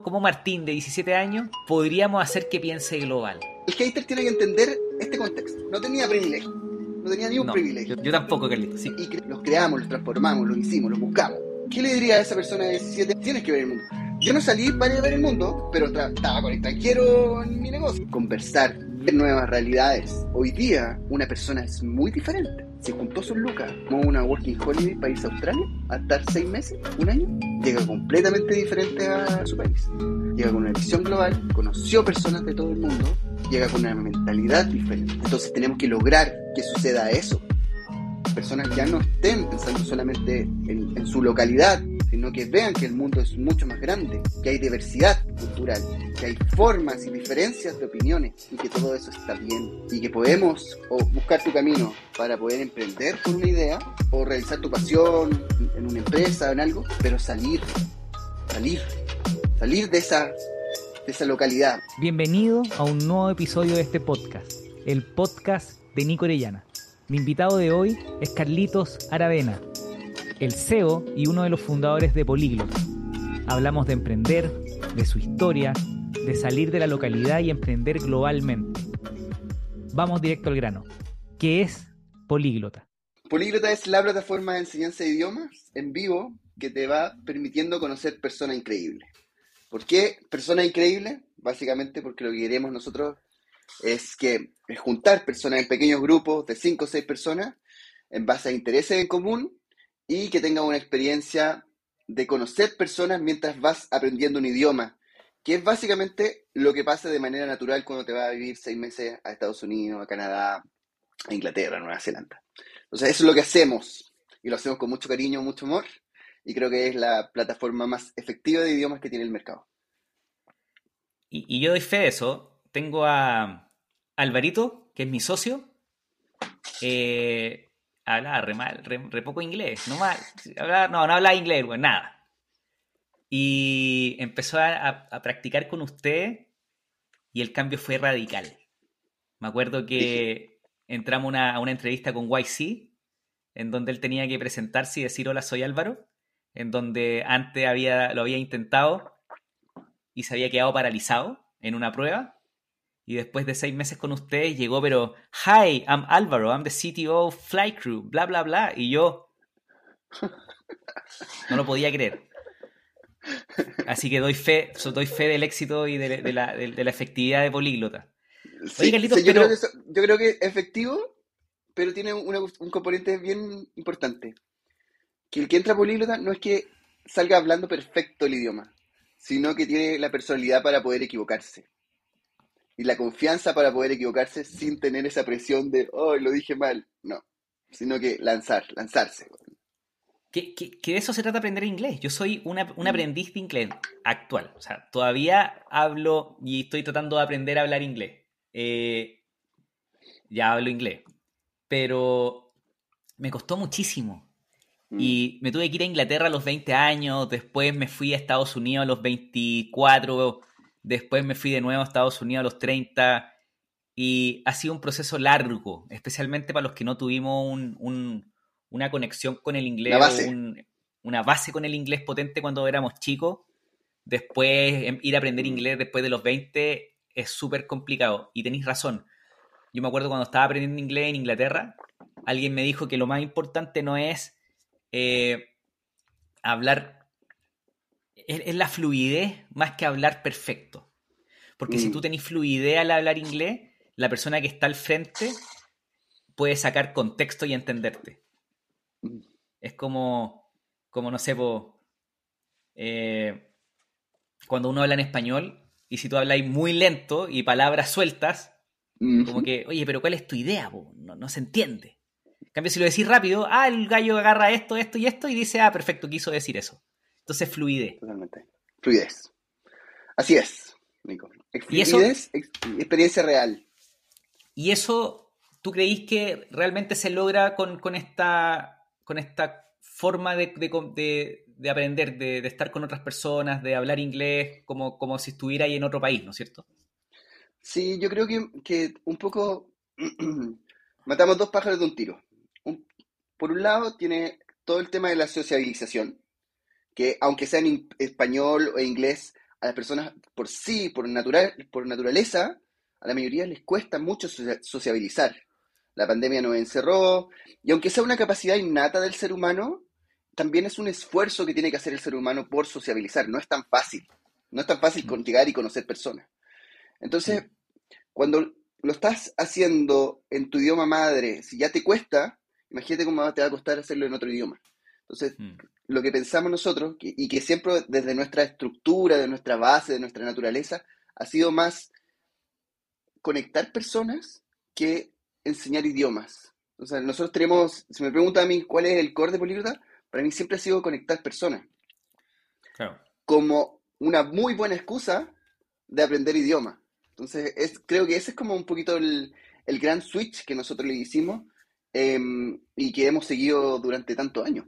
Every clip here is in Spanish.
Como Martín, de 17 años, podríamos hacer que piense global? El hater tiene que entender este contexto. No tenía privilegio. No tenía ni un No, privilegio. yo tampoco, Carlito. Sí. Y los creamos, los transformamos, los hicimos, los buscamos. ¿Qué le diría a esa persona de 17? Tienes que ver el mundo. Yo no salí para ir a ver el mundo, pero estaba con extranjeros en mi negocio. Conversar, ver nuevas realidades. Hoy día, una persona es muy diferente. Se juntó sus lucas como una working holiday para irse a Australia, a estar 6 meses, un año, llega completamente diferente a su país. Llega con una visión global, conoció personas de todo el mundo, llega con una mentalidad diferente. Entonces tenemos que lograr que suceda eso. Personas ya no estén pensando solamente en su localidad, sino que vean que el mundo es mucho más grande, que hay diversidad cultural, que hay formas y diferencias de opiniones y que todo eso está bien y que podemos o buscar tu camino para poder emprender con una idea o realizar tu pasión en una empresa o en algo, pero salir de esa localidad. Bienvenido a un nuevo episodio de este podcast, el podcast de Nico Orellana. Mi invitado de hoy es Carlitos Aravena, el CEO y uno de los fundadores de Políglota. Hablamos de emprender, de su historia, de salir de la localidad y emprender globalmente. Vamos directo al grano. ¿Qué es Políglota? Políglota es la plataforma de enseñanza de idiomas en vivo que te va permitiendo conocer personas increíbles. ¿Por qué personas increíbles? Básicamente porque lo que queremos nosotros es juntar personas en pequeños grupos de 5 o 6 personas en base a intereses en común y que tengan una experiencia de conocer personas mientras vas aprendiendo un idioma, que es básicamente lo que pasa de manera natural cuando te vas a vivir 6 meses a Estados Unidos, a Canadá, a Inglaterra, a Nueva Zelanda. Entonces eso es lo que hacemos y lo hacemos con mucho cariño, mucho amor y creo que es la plataforma más efectiva de idiomas que tiene el mercado. Y yo doy fe de eso. Tengo a Alvarito, que es mi socio. Hablaba re mal, re poco inglés. No hablaba inglés, pues nada. Y empezó a practicar con usted y el cambio fue radical. Me acuerdo que entramos a una entrevista con YC, en donde él tenía que presentarse y decir hola, soy Álvaro, en donde antes lo había intentado y se había quedado paralizado en una prueba. Y después de 6 meses con ustedes llegó, pero hi, I'm Álvaro, I'm the CTO of Flight Crew, bla, bla, bla. Y yo no lo podía creer. Así que doy fe del éxito y de la efectividad de Políglota. Oye, Sí, Carlitos, sí, pero yo creo que es efectivo, pero tiene un componente bien importante. Que el que entra a Políglota no es que salga hablando perfecto el idioma, sino que tiene la personalidad para poder equivocarse. Y la confianza para poder equivocarse sin tener esa presión de, oh, lo dije mal. No, sino que lanzarse. que de eso se trata aprender inglés. Yo soy un aprendiz de inglés actual. O sea, todavía hablo y estoy tratando de aprender a hablar inglés. Ya hablo inglés. Pero me costó muchísimo. Mm. Y me tuve que ir a Inglaterra a los 20 años, después me fui a Estados Unidos a los 24, después me fui de nuevo a Estados Unidos a los 30, y ha sido un proceso largo, especialmente para los que no tuvimos una conexión con el La inglés o base. una base con el inglés potente cuando éramos chicos. Después, ir a aprender Mm. inglés después de los 20 es súper complicado. Y tenéis razón. Yo me acuerdo cuando estaba aprendiendo inglés en Inglaterra, alguien me dijo que lo más importante no es hablar, es la fluidez más que hablar perfecto. Porque si tú Mm. tenés fluidez al hablar inglés, la persona que está al frente puede sacar contexto y entenderte. Mm. Es como no sé, eh, cuando uno habla en español y si tú habláis muy lento y palabras sueltas, como Mm. que, oye, pero ¿cuál es tu idea? Po? No se entiende. En cambio, si lo decís rápido, el gallo agarra esto, esto y esto y dice, perfecto, quiso decir eso. Entonces, fluidez. Totalmente. Fluidez. Así es, Nico. Y eso, Fluidez, experiencia real. y eso, ¿tú creís que realmente se logra con esta forma de aprender, de estar con otras personas, de hablar inglés como si estuviera ahí en otro país, ¿no es cierto? Sí, yo creo que un poco matamos dos pájaros de un tiro. Por un lado, tiene todo el tema de la sociabilización, que aunque sea en español o inglés, a las personas por sí, por naturaleza, a la mayoría les cuesta mucho sociabilizar. La pandemia nos encerró, y aunque sea una capacidad innata del ser humano, también es un esfuerzo que tiene que hacer el ser humano por sociabilizar. No es tan fácil. No es tan fácil Mm, llegar y conocer personas. Entonces, mm, cuando lo estás haciendo en tu idioma madre, si ya te cuesta, imagínate cómo te va a costar hacerlo en otro idioma. Entonces, mm. lo que pensamos nosotros, y que siempre desde nuestra estructura, de nuestra base, de nuestra naturaleza, ha sido más conectar personas que enseñar idiomas. O sea, nosotros tenemos, si me preguntan a mí cuál es el core de Políglota, para mí siempre ha sido conectar personas, Claro. como una muy buena excusa de aprender idiomas. Entonces, creo que ese es como un poquito el gran switch que nosotros le hicimos, y que hemos seguido durante tantos años.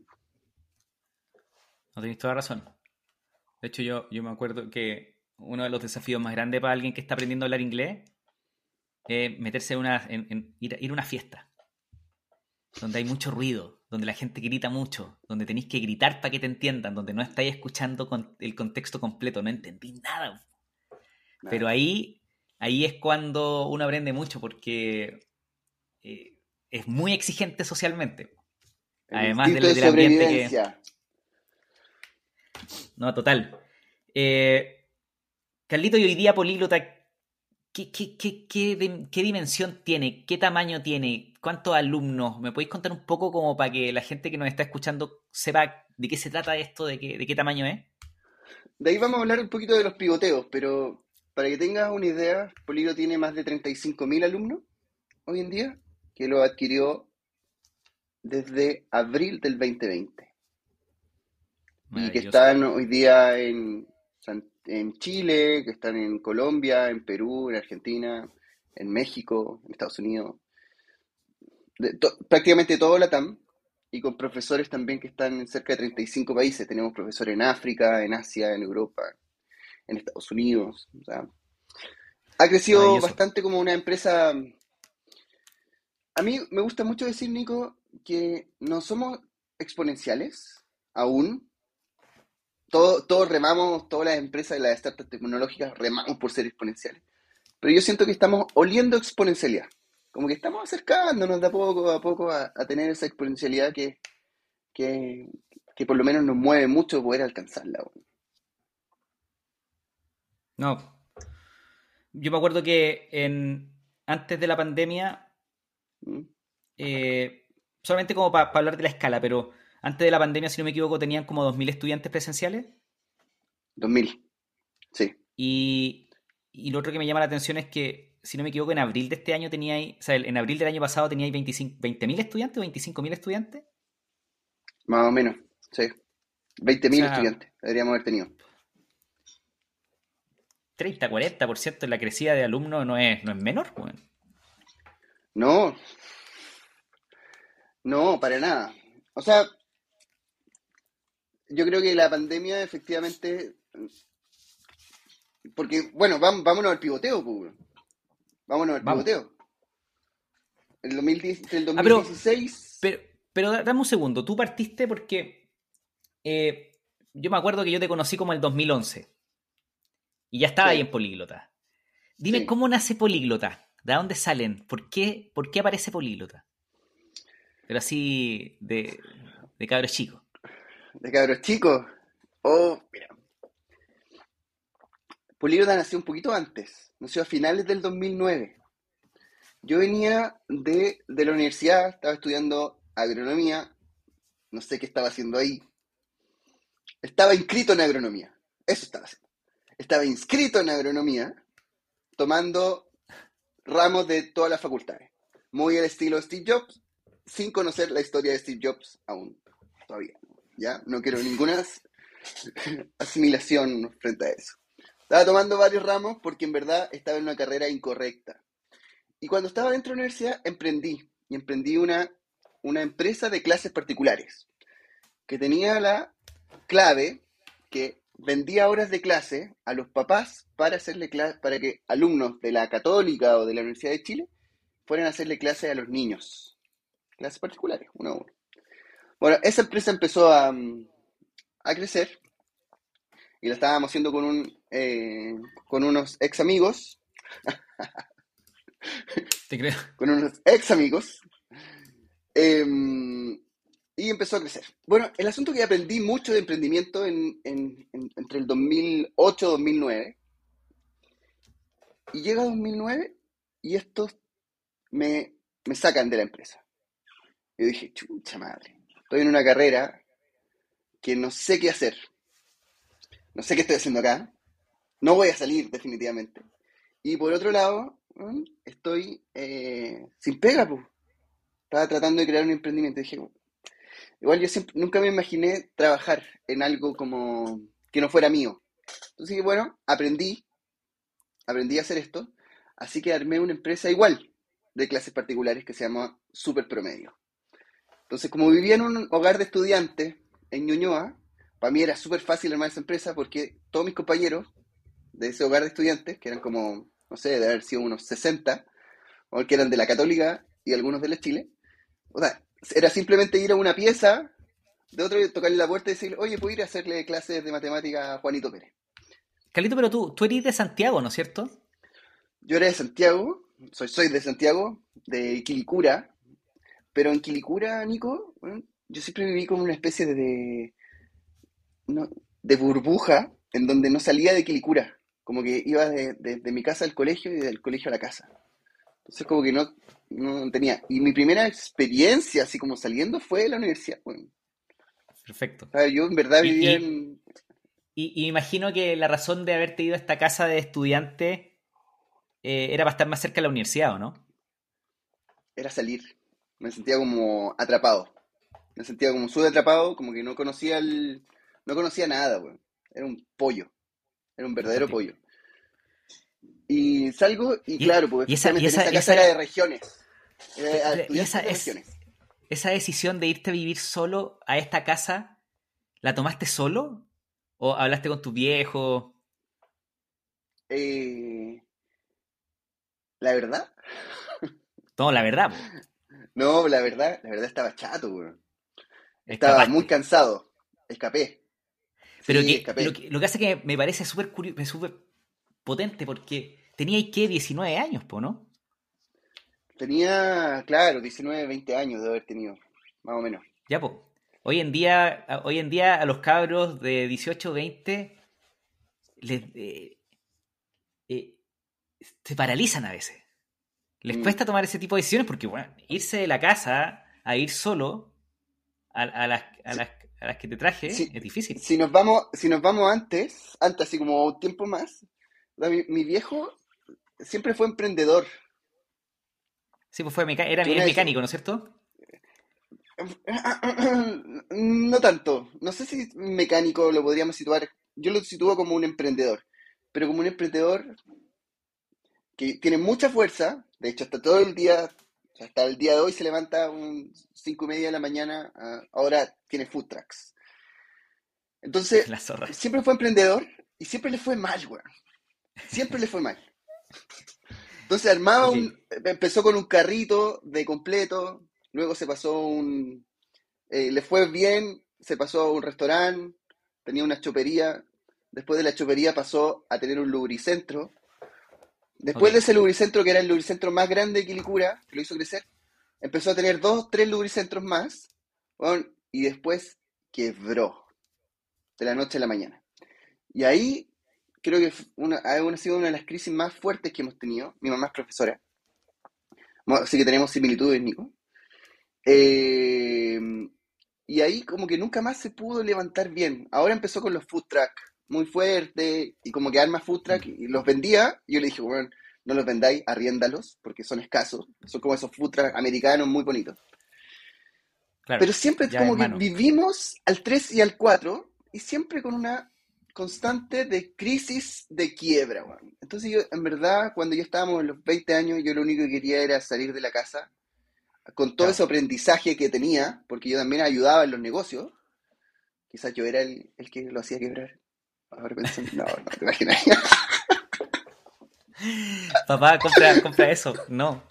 No tenéis toda razón. De hecho, yo me acuerdo que uno de los desafíos más grandes para alguien que está aprendiendo a hablar inglés es meterse ir a una fiesta donde hay mucho ruido, donde la gente grita mucho, donde tenéis que gritar para que te entiendan, donde no estáis escuchando el contexto completo, no entendí nada. Pero Nada. ahí es cuando uno aprende mucho porque es muy exigente socialmente. El Además instinto de del ambiente que... sobrevivencia. No, total. Carlito, y hoy día Políglota, ¿qué dimensión tiene? ¿Qué tamaño tiene? ¿Cuántos alumnos? ¿Me podéis contar un poco como para que la gente que nos está escuchando sepa de qué se trata esto, de qué tamaño es? De ahí vamos a hablar un poquito de los pivoteos, pero para que tengas una idea, Políglota tiene más de 35.000 alumnos hoy en día, que lo adquirió desde abril del 2020 y que Maravilloso. están hoy día en Chile, que están en Colombia, en Perú, en Argentina, en México, en Estados Unidos, prácticamente todo Latam, y con profesores también que están en cerca de 35 países. Tenemos profesores en África, en Asia, en Europa, en Estados Unidos. O sea, ha crecido Maravilloso. bastante como una empresa. A mí me gusta mucho decir, Nico, que no somos exponenciales aún. Todos remamos, todas las empresas y las startups tecnológicas remamos por ser exponenciales. Pero yo siento que estamos oliendo exponencialidad. Como que estamos acercándonos de a poco a tener esa exponencialidad que, que por lo menos nos mueve mucho poder alcanzarla. No, yo me acuerdo que antes de la pandemia, ¿Mm? solamente como para hablar de la escala, pero antes de la pandemia, si no me equivoco, tenían como 2.000 estudiantes presenciales. 2000, sí, Y lo otro que me llama la atención es que, si no me equivoco, en abril de este año teníais, o sea, en abril del año pasado teníais 20.000 estudiantes o 25.000 estudiantes. más o menos, sí. O 20.000 sea, estudiantes deberíamos haber tenido. 30-40% en la crecida de alumnos no es menor, pues. No, no, para nada. O sea, yo creo que la pandemia efectivamente, porque, bueno, vámonos al pivoteo, pues, weón. Vámonos al Vamos. pivoteo. Entre el Ah, 2016, pero, pero dame un segundo. Tú partiste porque yo me acuerdo que yo te conocí como el 2011 y ya estaba ahí sí, en Políglota. Dime sí. cómo nace Políglota. ¿De dónde salen? ¿Por qué aparece Políglota? Pero así de cabros chicos. De cabros chicos. Oh, mira. Políglota nació un poquito antes. Nació a finales del 2009. Yo venía de la universidad, estaba estudiando agronomía, no sé qué estaba haciendo ahí. Estaba inscrito en agronomía, eso estaba haciendo. Estaba inscrito en agronomía, tomando ramos de todas las facultades. Muy al estilo de Steve Jobs, sin conocer la historia de Steve Jobs aún, todavía. ¿Ya? No quiero ninguna asimilación frente a eso. Estaba tomando varios ramos porque en verdad estaba en una carrera incorrecta. Y cuando estaba dentro de la universidad, emprendí una empresa de clases particulares, que tenía la clave que vendía horas de clase a los papás para hacerle para que alumnos de la Católica o de la Universidad de Chile fueran a hacerle clases a los niños. Clases particulares, uno a uno. Bueno, esa empresa empezó a crecer y lo estábamos haciendo con unos ex amigos, Te creo. con unos ex amigos, eh, y empezó a crecer. Bueno, el asunto es que aprendí mucho de emprendimiento entre el 2008 y 2009, y llega 2009 y estos me sacan de la empresa. Yo dije, chucha madre, estoy en una carrera que no sé qué hacer, no sé qué estoy haciendo acá, no voy a salir definitivamente. Y por otro lado, estoy sin pega, pues. Estaba tratando de crear un emprendimiento. Dije, igual yo nunca me imaginé trabajar en algo como que no fuera mío. Entonces dije, bueno, aprendí a hacer esto, así que armé una empresa igual de clases particulares que se llama Super Promedio. Entonces, como vivía en un hogar de estudiantes en Ñuñoa, para mí era súper fácil armar esa empresa porque todos mis compañeros de ese hogar de estudiantes, que eran como, no sé, de haber sido unos 60, o que eran de la Católica y algunos de la Chile, o sea, era simplemente ir a una pieza de otro, tocarle la puerta y decirle, oye, ¿puedo ir a hacerle clases de matemática a Juanito Pérez? Carlito, pero tú eres de Santiago, ¿no es cierto? Yo era de Santiago, soy de Santiago, de Quilicura, pero en Quilicura, Nico, bueno, yo siempre viví como una especie no, de burbuja en donde no salía de Quilicura, como que iba de mi casa al colegio y del colegio a la casa. Entonces como que no tenía. Y mi primera experiencia, así como saliendo, fue la universidad. Bueno, Perfecto. o sea, yo en verdad Y, vivía y, en... y imagino que la razón de haberte ido a esta casa de estudiante era para estar más cerca de la universidad, ¿o no? Era salir. Me sentía como atrapado. Me sentía como súper atrapado, como que no conocía nada, weón. Era un pollo. Era un verdadero Fantástico. pollo. Y salgo y Y, claro, pues y esa, y efectivamente en esa, esa y casa era de esa, regiones. Era a y esa, estudiantes de regiones. esa decisión de irte a vivir solo a esta casa, ¿la tomaste solo? ¿O hablaste con tu viejo? Eh, la verdad, No, la verdad, po. no, la verdad estaba chato, weón. Estaba muy Escapaste. cansado. Escapé. Pero Sí, que escapé. lo que hace que me parece súper curioso, súper potente, porque teníais que 19 años, po, ¿no? Tenía, claro, 19, 20 años de haber tenido, más o menos. Ya, po. Hoy en día a los cabros de 18 20 les, eh, se paralizan a veces. Les Mm. cuesta tomar ese tipo de decisiones porque, bueno, irse de la casa a ir solo Si, a las que te traje si, es difícil. si nos vamos antes, así como un tiempo más, mi viejo siempre fue emprendedor. Sí, pues era, Que una es vez, mecánico, ¿no es cierto? no tanto, no sé si mecánico lo podríamos situar, yo lo sitúo como un emprendedor, pero como un emprendedor que tiene mucha fuerza, de hecho hasta todo el día, hasta el día de hoy se levanta 5:30 de la mañana, ahora tiene food trucks. Entonces, La zorra. siempre fue emprendedor y siempre le fue mal, weón. Siempre le fue mal. Entonces Ok, empezó con un carrito de completo, luego se pasó le fue bien, se pasó a un restaurante, tenía una chopería, después de la chopería pasó a tener un lubricentro, ok. después de ese lubricentro que era el lubricentro más grande de Quilicura, que lo hizo crecer, empezó a tener dos, tres lubricentros más, weón, y después quebró de la noche a la mañana. Y ahí creo que ha sido una de las crisis más fuertes que hemos tenido. Mi mamá es profesora, así que tenemos similitudes, Nico. Eh, y ahí como que nunca más se pudo levantar bien. Ahora empezó con los food truck, muy fuerte, y como que arma food truck Mm, y los vendía. Y yo le dije, bueno, no los vendáis, arriéndalos, porque son escasos. Son como esos food truck americanos muy bonitos. claro, Pero siempre ya como en que mano. vivimos al 3 y al 4 y siempre con una constante de crisis de quiebra, weón. Entonces yo, en verdad, cuando yo estábamos en los 20 años, yo lo único que quería era salir de la casa con todo ese Claro. aprendizaje que tenía, porque yo también ayudaba en los negocios. Quizás yo era el que lo hacía quebrar. Ahora pensando, no te imaginas. Papá, compra eso. No.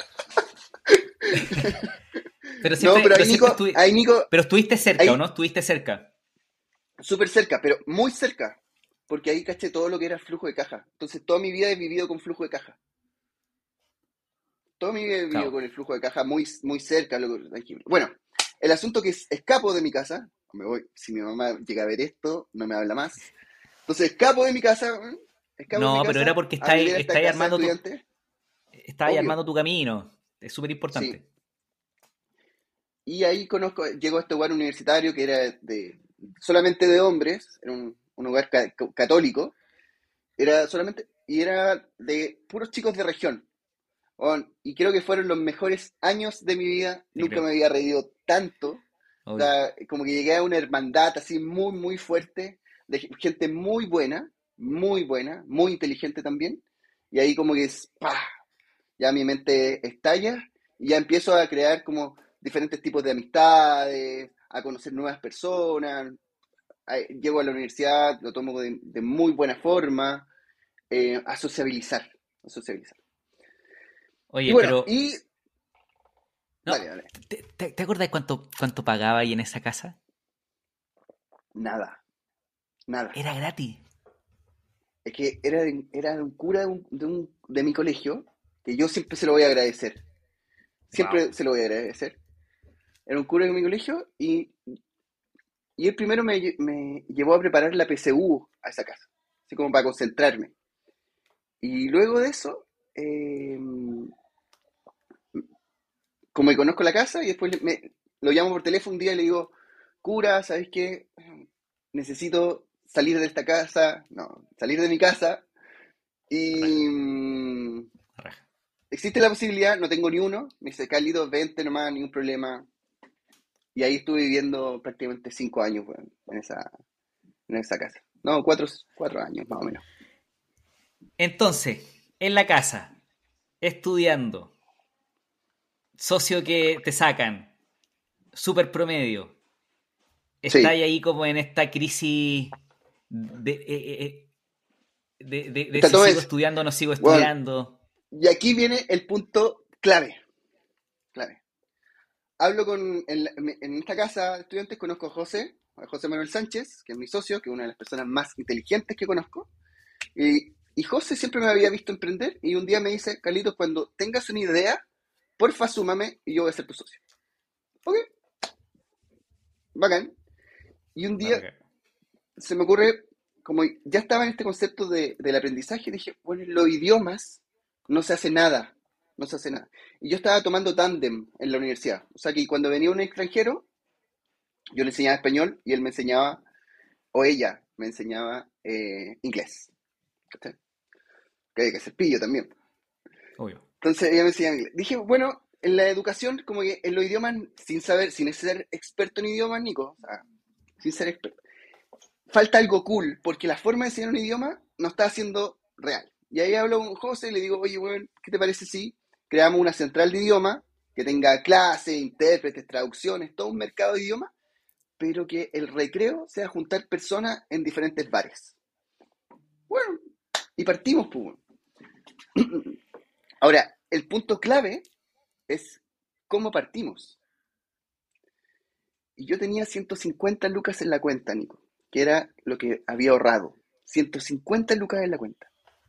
No, pero Pero siempre Nico, pero estuviste cerca, ¿o ahí no? Estuviste cerca. súper cerca, pero muy cerca. porque ahí caché todo lo que era flujo de caja. Entonces, toda mi vida he vivido con flujo de caja. Toda mi vida he vivido Claro. con el flujo de caja muy, muy cerca. Tangible. Bueno, el asunto que escapo de mi casa, me voy, si mi mamá llega a ver esto, no me habla más. Entonces, escapo de mi No, pero era casa porque a vivir a esta estáis casa de armando estudiantes. estáis Obvio, armando tu camino. Es súper sí. importante. Y ahí llego a este lugar universitario que era solamente de hombres, era un lugar católico, y era de puros chicos de región. Y creo que fueron los mejores años de mi vida, Te nunca creo. me había reído tanto, o Obvio. sea, como que llegué a una hermandad así muy, muy fuerte, de gente muy buena, muy inteligente también, y ahí como que ¡pah! Ya mi mente estalla y ya empiezo a crear como diferentes tipos de amistades, a conocer nuevas personas. Llego a la universidad, lo tomo de muy buena forma, a sociabilizar, a sociabilizar. Y Oye, bueno, pero no, dale, dale, ¿te acuerdas cuánto pagaba ahí en esa casa? nada, nada. Era gratis. Es que era un cura de mi colegio, que yo siempre se lo voy a agradecer, Wow. siempre se lo voy a agradecer. Era un cura de mi colegio y él primero me llevó a preparar la PSU a esa casa, así como para concentrarme. Y luego de eso, como que conozco la casa y después lo llamo por teléfono un día y le digo, cura, ¿sabes qué? Necesito salir de esta casa, no, salir de mi casa Raja, y raja. existe la posibilidad, no tengo ni uno, me dice, Carlitos, vente nomás, ningún problema. Y ahí estuve viviendo prácticamente 5 años, bueno, en esa casa. No, 4 años más o menos. Entonces, en la casa, estudiando, socio que te sacan, super promedio, Sí, estáis ahí como en esta crisis de está si todo sigo eso. estudiando o no sigo Bueno, estudiando. y aquí viene el punto clave, clave. Hablo en esta casa de estudiantes, conozco a José Manuel Sánchez, que es mi socio, que es una de las personas más inteligentes que conozco. Y José siempre me había visto emprender y un día me dice, Carlitos, cuando tengas una idea, porfa, súmame y yo voy a ser tu socio. Ok, bacán. Y un La día raja. se me ocurre, como ya estaba en este concepto del aprendizaje, dije, bueno, en los idiomas no se hace nada, no se hace nada. Y yo estaba tomando tándem en la universidad. O sea que cuando venía un extranjero, yo le enseñaba español y él me enseñaba, o ella me enseñaba inglés. ¿Cachai? Que hay que ser pillo también. Obvio. Entonces ella me enseñaba inglés. Dije, bueno, en la educación, como que en los idiomas, sin ser experto en idiomas, Nico, o sea, sin ser experto, falta algo cool, porque la forma de enseñar un idioma no está siendo real. Y ahí hablo con José y le digo, oye, bueno, ¿qué te parece si creamos una central de idioma que tenga clases, intérpretes, traducciones, todo un mercado de idiomas, pero que el recreo sea juntar personas en diferentes bares? Bueno, y partimos, pues. Ahora, el punto clave es cómo partimos. Y yo tenía 150 lucas en la cuenta, Nico, que era lo que había ahorrado. 150 lucas en la cuenta.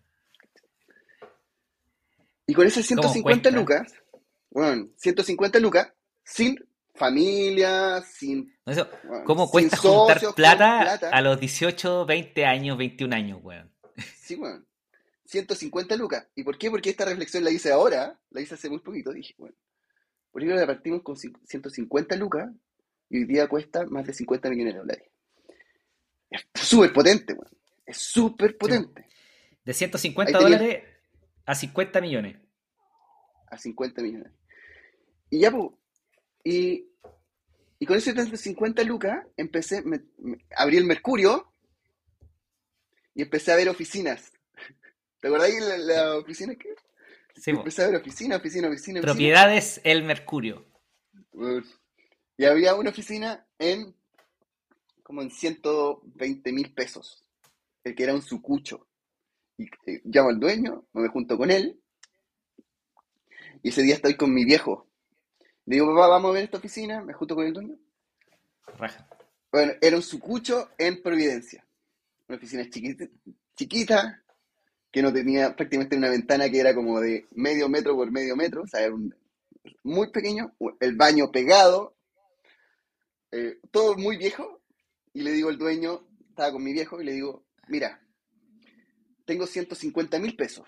Y con esas ¿Cómo 150 cuesta? lucas, bueno, 150 lucas, sin familia, No, eso, bueno, ¿cómo sin cuesta juntar socios, con plata a plata, los 18, 20 años, 21 años, weón? sí, bueno, 150 lucas. ¿Y por qué? Porque esta reflexión la hice ahora, la hice hace muy poquito. Dije, bueno, por ejemplo, la partimos con 150 lucas y hoy día cuesta más de 50 millones de dólares. Es súper potente, bueno, es súper Sí, po. potente. De Ahí 150 tenía dólares a 50 millones. a 50 millones. Y ya, pues, y, y con esos 50 lucas empecé, abrí el Mercurio y empecé a ver oficinas. ¿Te acordáis de la oficina que? Sí, po. Empecé a ver oficina. Propiedades El Mercurio. Uf. Y había una oficina como en 120.000 pesos, el que era un sucucho. Y llamo al dueño, me junto con él, y ese día estoy con mi viejo. Le digo, papá, vamos a ver esta oficina, me junto con el dueño. Raja. Bueno, era un sucucho en Providencia. una oficina chiquita, chiquita, que no tenía prácticamente una ventana que era como de medio metro por medio metro, o sea, era muy pequeño, el baño pegado, todo muy viejo, y le digo al dueño, estaba con mi viejo, y le digo, mira, tengo 150.000 pesos,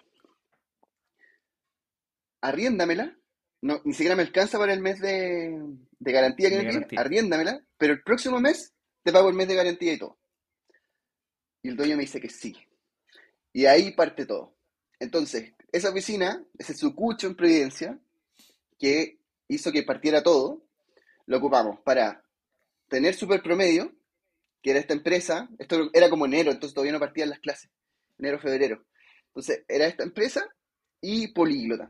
arriéndamela, no, ni siquiera me alcanza para el mes de garantía que De me pide, garantía. arriéndamela, pero el próximo mes te pago el mes de garantía y todo. Y el dueño me dice que sí. Y ahí parte todo. Entonces, esa oficina, ese sucucho en Providencia, que hizo que partiera todo, lo ocupamos para tener super promedio, que era esta empresa, esto era como enero, entonces todavía no partían las clases, enero, febrero. Entonces, era esta empresa y Políglota.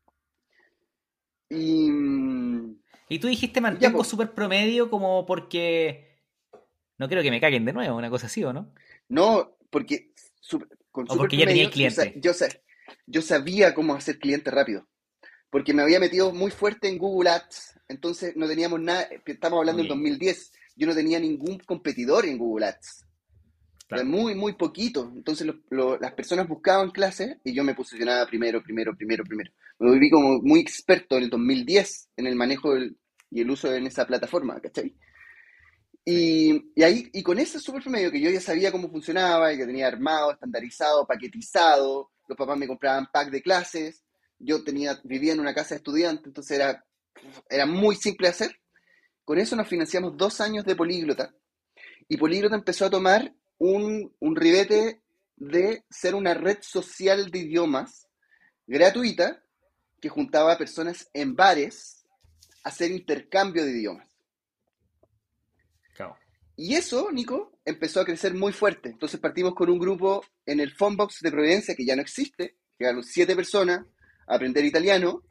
Y, Y tú dijiste y ya, mantengo pues, super promedio como porque no quiero que me caguen de nuevo, una cosa así, ¿o no? no, porque con O super porque ya tenía el promedio cliente. yo sabía cómo hacer cliente rápido. Porque me había metido muy fuerte en Google Ads, entonces no teníamos nada, estamos hablando del Ok, 2010, yo no tenía ningún competidor en Google Ads, claro. muy, muy poquito, entonces las personas buscaban clases y yo me posicionaba primero, primero, primero, primero. Me volví como muy experto en el 2010 en el manejo y el uso en esa plataforma, ¿cachai? Sí. Y ahí, y con ese super promedio que yo ya sabía cómo funcionaba, y que tenía armado, estandarizado, paquetizado, los papás me compraban pack de clases, vivía en una casa de estudiantes, entonces era muy simple de hacer. Con eso nos financiamos 2 años de Políglota, y Políglota empezó a tomar un ribete de ser una red social de idiomas gratuita que juntaba a personas en bares a hacer intercambio de idiomas. Claro. Y eso, Nico, empezó a crecer muy fuerte. Entonces partimos con un grupo en el Phonebox de Providencia, que ya no existe, quedaron 7 personas a aprender italiano.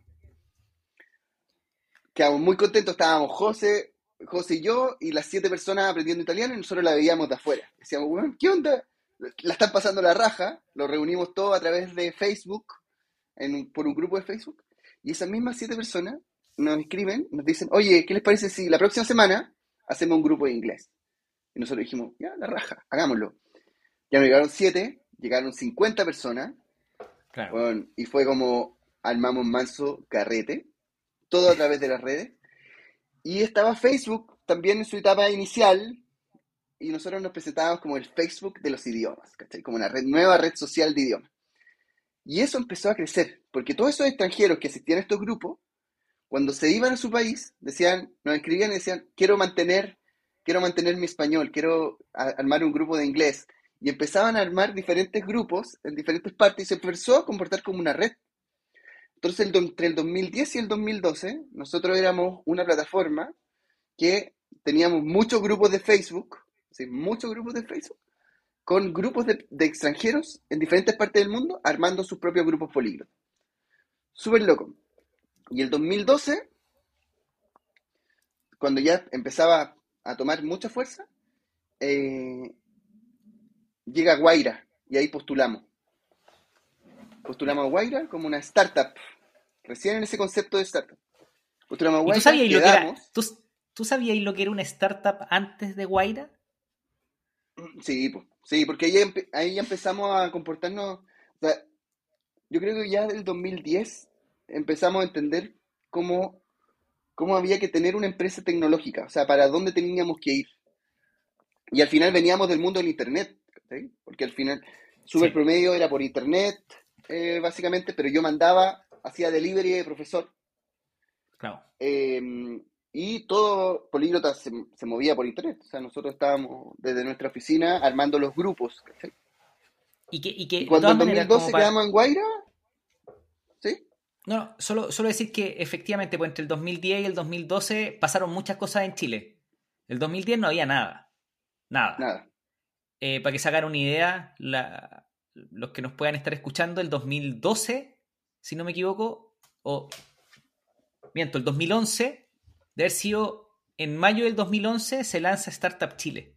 Quedamos muy contentos, estábamos José y yo, y las 7 personas aprendiendo italiano, y nosotros la veíamos de afuera. Decíamos, bueno, ¿qué onda? La están pasando la raja, lo reunimos todo a través de Facebook, por un grupo de Facebook, y esas mismas 7 personas nos escriben, nos dicen, oye, ¿qué les parece si la próxima semana hacemos un grupo de inglés? Y nosotros dijimos, ya, la raja, hagámoslo. Ya no llegaron 7, llegaron 50 personas, Claro. bueno, y fue como armamos manso carrete, todo a través de las redes. Y estaba Facebook también en su etapa inicial, y nosotros nos presentábamos como el Facebook de los idiomas, ¿cachai? Como una nueva red social de idiomas. Y eso empezó a crecer, porque todos esos extranjeros que asistían a estos grupos, cuando se iban a su país, nos escribían y decían, quiero mantener mi español, quiero armar un grupo de inglés. Y empezaban a armar diferentes grupos en diferentes partes y se empezó a comportar como una red. Entonces, entre el 2010 y el 2012, nosotros éramos una plataforma que teníamos muchos grupos de Facebook, ¿sí? Muchos grupos de Facebook, con grupos de extranjeros en diferentes partes del mundo armando sus propios grupos políglotas. Súper loco. Y el 2012, cuando ya empezaba a tomar mucha fuerza, eh, llega Guaira y ahí postulamos. Postulamos a Guaira como una startup, recién en ese concepto de startup. Postulamos a ¿Y tú Guaira, sabías lo que era, quedamos. tú sabías lo que era una startup antes de Guaira? Sí, sí, porque ahí ya empezamos a comportarnos. O sea, yo creo que ya del 2010 empezamos a entender cómo, cómo había que tener una empresa tecnológica, o sea, para dónde teníamos que ir. Y al final veníamos del mundo del Internet, ¿sí? Porque al final Super Sí, Promedio era por Internet, básicamente, pero yo mandaba, hacía delivery de profesor, claro. eh, y todo Políglota se movía por Internet. O sea, nosotros estábamos desde nuestra oficina armando los grupos, ¿sí? Y Y que de cuando todas en maneras, como 2012 para... quedamos en Guaira, ¿sí? No, no, solo decir que efectivamente, pues entre el 2010 y el 2012 pasaron muchas cosas en Chile. El 2010 no había nada, nada. Nada. Para que se hagan una idea, los que nos puedan estar escuchando, el 2012, si no me equivoco, o miento, el 2011, de haber sido en mayo del 2011 se lanza Startup Chile.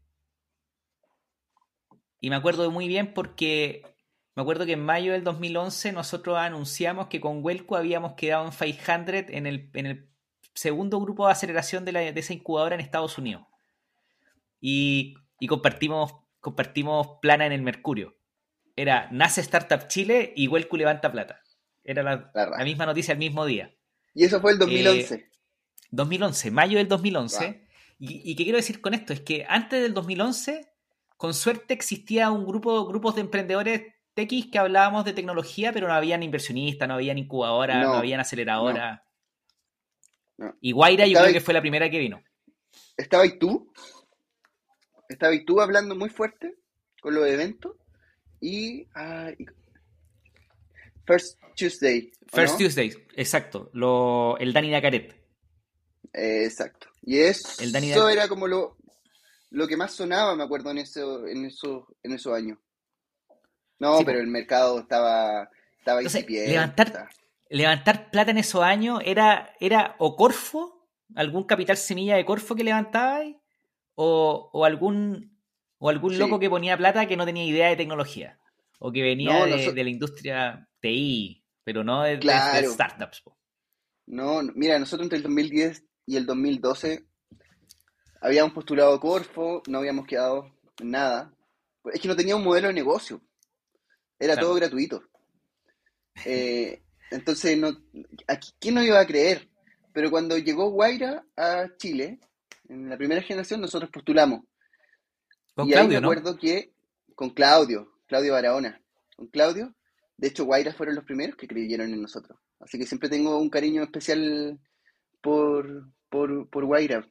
Y me acuerdo muy bien porque me acuerdo que en mayo del 2011 nosotros anunciamos que con Huelco habíamos quedado en 500 en el segundo grupo de aceleración de esa incubadora en Estados Unidos. Y compartimos compartimos plana en el Mercurio. Era nace Startup Chile y Huelcu levanta plata. Era La la raja. misma noticia el mismo día. Y eso fue el Eh, 2011. 2011, mayo del Wow. 2011. ¿Y qué quiero decir con esto? Es que antes del 2011, con suerte existía grupos de emprendedores TX que hablábamos de tecnología, pero no habían inversionistas, no habían incubadoras, no No, habían no, aceleradoras. no. Y Guaira yo Estaba, creo que fue la primera que vino. estaba y tú, estaba y tú hablando muy fuerte con los eventos y First Tuesday, ¿o First no? Tuesday, exacto. El Dani Nacaret. Exacto. Y El Dani eso era como lo que más sonaba, me acuerdo, en esos años. No, Sí, pero po. el mercado estaba Entonces, incipiente. levantar plata en esos años era o Corfo, algún capital semilla de Corfo que levantabais, o, o algún, o algún loco Sí. que ponía plata que no tenía idea de tecnología, o que venía No, de la industria TI, pero no de claro. startups. Po. No, mira, nosotros entre el 2010 y el 2012 habíamos postulado Corfo, no habíamos quedado en nada. Es que no tenía un modelo de negocio, era todo Claro. gratuito. Entonces, no, ¿quién nos iba a creer? Pero cuando llegó Guaira a Chile, en la primera generación, nosotros postulamos. Con Y ahí me Claudio, ¿no? acuerdo que con Claudio Barahona, con Claudio, de hecho, Guaira fueron los primeros que creyeron en nosotros. Así que siempre tengo un cariño especial por Guaira.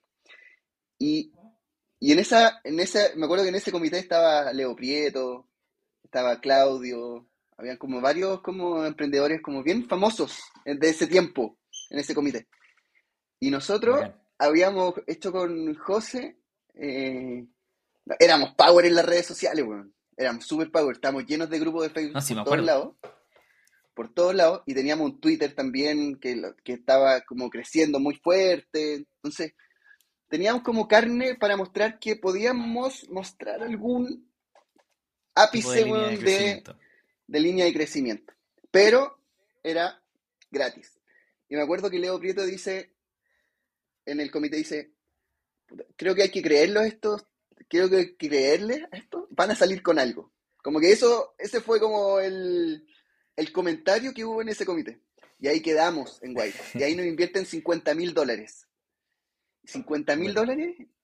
Y, y me acuerdo que en ese comité estaba Leo Prieto, estaba Claudio, habían como varios como emprendedores como bien famosos de ese tiempo en ese comité. Y nosotros Bacán. habíamos hecho con José, eh, éramos power en las redes sociales, weón. Éramos super power, estábamos llenos de grupos de No, Facebook sí, me acuerdo. por todos lados, y teníamos un Twitter también que estaba como creciendo muy fuerte. Entonces, teníamos como carne para mostrar que podíamos mostrar algún Tipo de ápice, línea de weón, crecimiento. de línea de crecimiento. Pero era gratis. Y me acuerdo que Leo Prieto dice, en el comité dice, creo que hay que creerlo esto, creo que hay que creerle a esto, van a salir con algo. Como que ese fue como el comentario que hubo en ese comité. Y ahí quedamos en Guaira. Y ahí nos invierten $50,000. $50,000 Bueno.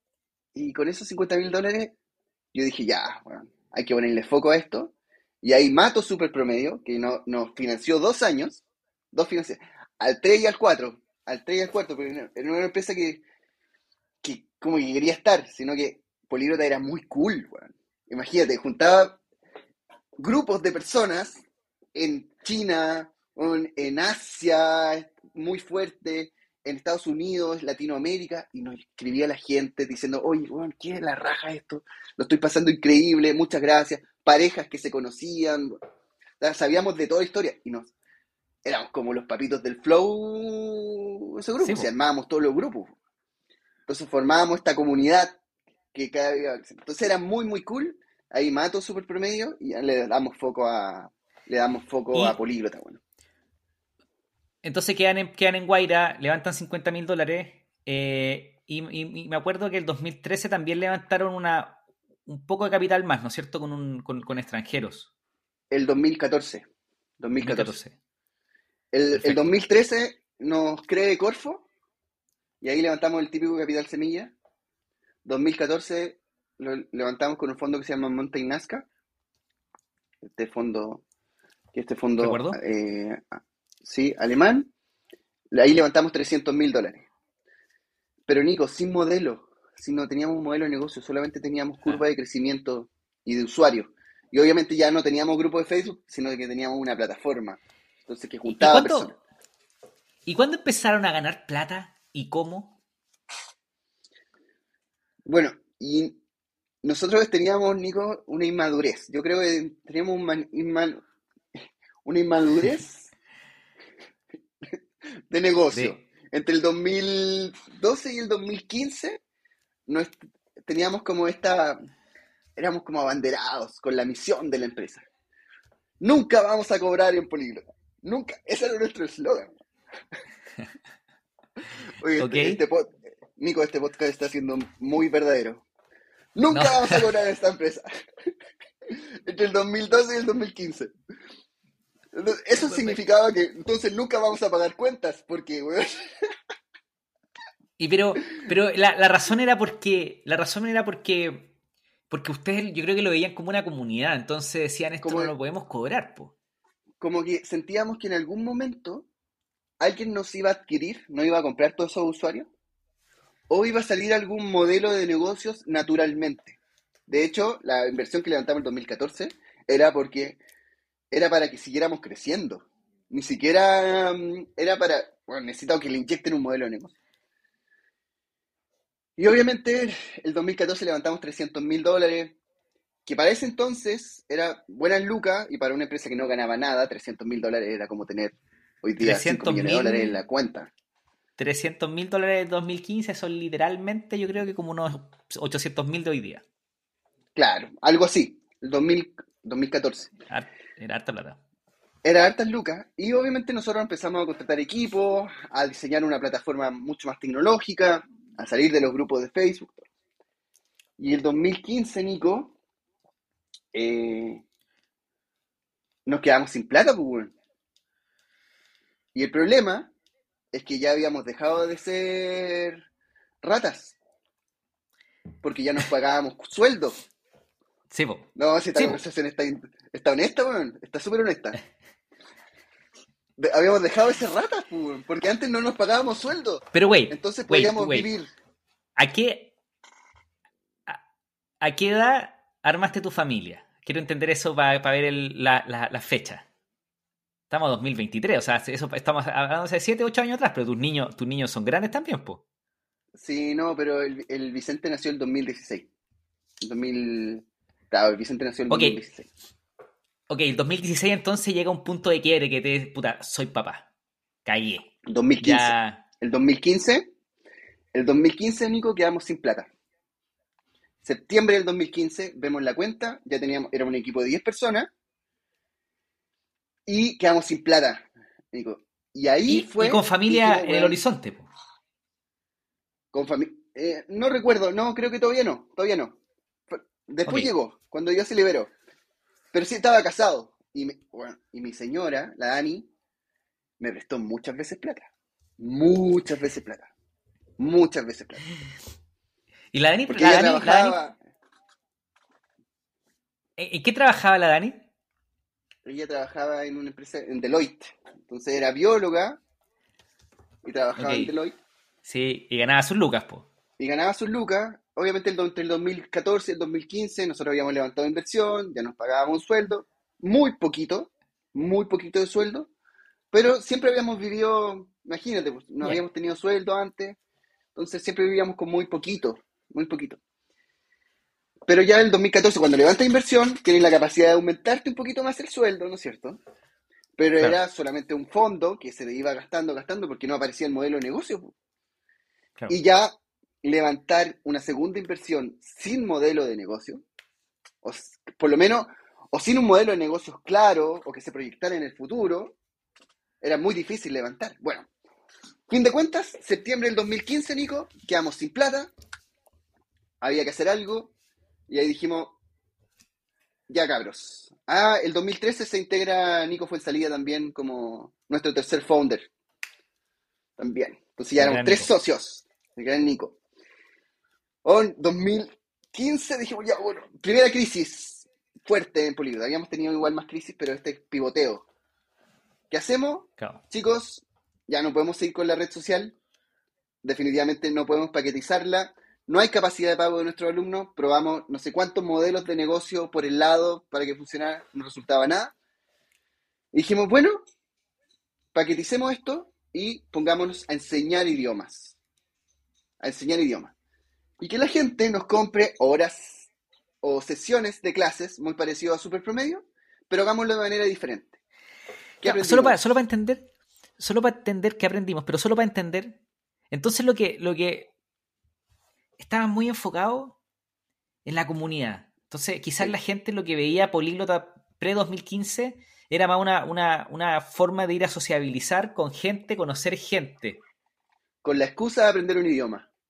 y con esos $50,000 yo dije, ya, bueno, hay que ponerle foco a esto. Y ahí Mato Super Promedio, que nos financió 2 años, dos financiaciones, al 3 y al 4, al 3 y al 4, pero era una empresa que como que quería estar, sino que Políglota era muy cool, weón. Imagínate, juntaba grupos de personas en China, en Asia, muy fuerte, en Estados Unidos, Latinoamérica, y nos escribía la gente diciendo, oye, weón, ¿qué es la raja esto? Lo estoy pasando increíble, muchas gracias. Parejas que se conocían, sabíamos de toda la historia, y éramos como los papitos del flow, ese grupo, Sí, si po. armábamos todos los grupos. Entonces formábamos esta comunidad que cada día. Entonces era muy, muy cool. Ahí Mato Super Promedio y ya le damos foco a Y Políglota, bueno. entonces quedan en Guaira, levantan $50,000. Y me acuerdo que el 2013 también levantaron un poco de capital más, ¿no es cierto? Con extranjeros. El 2014. 2014. 2014. El Perfecto. 2013 nos cree Corfo y ahí levantamos el típico capital semilla. 2014 lo levantamos con un fondo que se llama Mountain Nazca. Este fondo, este fondo ¿Recuerdo? sí, alemán. Ahí levantamos $300,000. Pero Nico, sin modelo, si no teníamos un modelo de negocio, solamente teníamos curva Ah. de crecimiento y de usuarios. Y obviamente ya no teníamos grupo de Facebook, sino que teníamos una plataforma. Entonces que ¿Y juntaba personas. cuándo, ¿Y cuándo empezaron a ganar plata? ¿Y cómo? Bueno, y nosotros teníamos, Nico, una inmadurez. Yo creo que teníamos una inmadurez de negocio. De, Entre el 2012 y el 2015 nos, teníamos como éramos como abanderados con la misión de la empresa. Nunca vamos a cobrar en Políglota. Nunca. Ese era nuestro eslogan. Oye, ok. Nico, este podcast está siendo muy verdadero. No, Nunca vamos a cobrar en esta empresa. Entre el 2012 y el 2015. Entonces, eso significaba que entonces nunca vamos a pagar cuentas, porque, weón, y pero la razón era porque ustedes yo creo que lo veían como una comunidad, entonces decían esto como, no lo podemos cobrar, po. como que sentíamos que en algún momento alguien nos iba a adquirir, no iba a comprar todos esos usuarios, o iba a salir algún modelo de negocios naturalmente. De hecho, la inversión que levantamos en 2014 era porque era para que siguiéramos creciendo. Ni siquiera era para, bueno, necesitaba que le inyecten un modelo de negocio. Y obviamente el 2014 levantamos $300.000, que para ese entonces era buena lucas, y para una empresa que no ganaba nada, $300.000 era como tener hoy día 5 300 millones de dólares en mil la cuenta. $300.000 de 2015 son literalmente, yo creo que como unos 800.000 de hoy día. Claro, algo así, el 2014. Era harta plata. Era hartas lucas, y obviamente nosotros empezamos a contratar equipos, a diseñar una plataforma mucho más tecnológica, a salir de los grupos de Facebook. Y el 2015, Nico, eh, nos quedamos sin plata, pues, weón. Y el problema es que ya habíamos dejado de ser ratas, porque ya nos pagábamos sueldo. Sí, po. No, si esta Sí, po. conversación está honesta, weón, está súper honesta. Habíamos dejado de ser ratas, pues, weón, porque antes no nos pagábamos sueldo. Pero Entonces podíamos wait. vivir. ¿A qué, a, a qué edad armaste tu familia? Quiero entender eso para ver la fecha. Estamos en 2023, o sea, eso estamos hablando de 7, 8 años atrás, pero tus niños son grandes también, pues. Sí, no, pero el Vicente nació el 2016. 2000, claro, el Vicente nació el Ok, 2016. ok, el 2016 entonces llega un punto de quiebre que te puta, soy papá. Cagué. 2015. Ya. El 2015, el 2015, Nico, quedamos sin plata. Septiembre del 2015, vemos la cuenta, ya teníamos, era un equipo de 10 personas, y quedamos sin plata, Nico. Y ahí Y con fue que familia dijimos, en el weón, horizonte, po. con familia. No recuerdo, no, creo que todavía no, todavía no. Ok. Después llegó, cuando ya se liberó. Pero sí estaba casado. Bueno, y mi señora, la Dani, me prestó muchas veces plata. Muchas veces plata. Muchas veces plata. ¿Y la Dani? Porque ¿La ella Dani? ¿La Dani? trabajaba, ¿En qué trabajaba la Dani? ella trabajaba en una empresa, en Deloitte. Entonces era bióloga y Ok. trabajaba en Deloitte Sí, y ganaba sus lucas, po. y ganaba sus lucas. Obviamente entre el 2014 y el 2015 nosotros habíamos levantado inversión, ya nos pagábamos un sueldo, muy poquito de sueldo, pero siempre habíamos vivido, imagínate, pues, no Ya. habíamos tenido sueldo antes, entonces siempre vivíamos con muy poquito, muy poquito. Pero ya en el 2014, cuando levantas inversión, tienes la capacidad de aumentarte un poquito más el sueldo, ¿no es cierto? Pero Claro, era solamente un fondo que se iba gastando, porque no aparecía el modelo de negocio, po. claro. Y ya levantar una segunda inversión sin modelo de negocio, por lo menos, o sin un modelo de negocios claro, o que se proyectara en el futuro, era muy difícil levantar. Bueno, fin de cuentas, septiembre del 2015, Nico, quedamos sin plata, había que hacer algo, y ahí dijimos, ya cabros. Ah, el 2013 se integra Nico Fuenzalida también como nuestro tercer founder, también. Entonces ya El éramos gran tres Nico. socios, el gran Nico. En 2015 dijimos, ya, bueno, primera crisis fuerte en Polígono. Habíamos tenido igual más crisis, pero este es pivoteo. ¿Qué hacemos? Claro. Chicos, ya no podemos seguir con la red social. Definitivamente no podemos paquetizarla. No hay capacidad de pago de nuestros alumnos. Probamos no sé cuántos modelos de negocio por el lado para que funcionara. No resultaba nada. Y dijimos, bueno, paqueticemos esto y pongámonos a enseñar idiomas. A enseñar idiomas. Y que la gente nos compre horas o sesiones de clases muy parecido a Super Promedio, pero hagámoslo de manera diferente. ¿Qué Claro, solo para aprendimos? entender, solo para entender que aprendimos, pero solo para entender. Entonces lo que estaba muy enfocado en la comunidad. Entonces, quizás la Sí, gente lo que veía Políglota pre-2015 era más una forma de ir a sociabilizar con gente, conocer gente. con la excusa de aprender un idioma.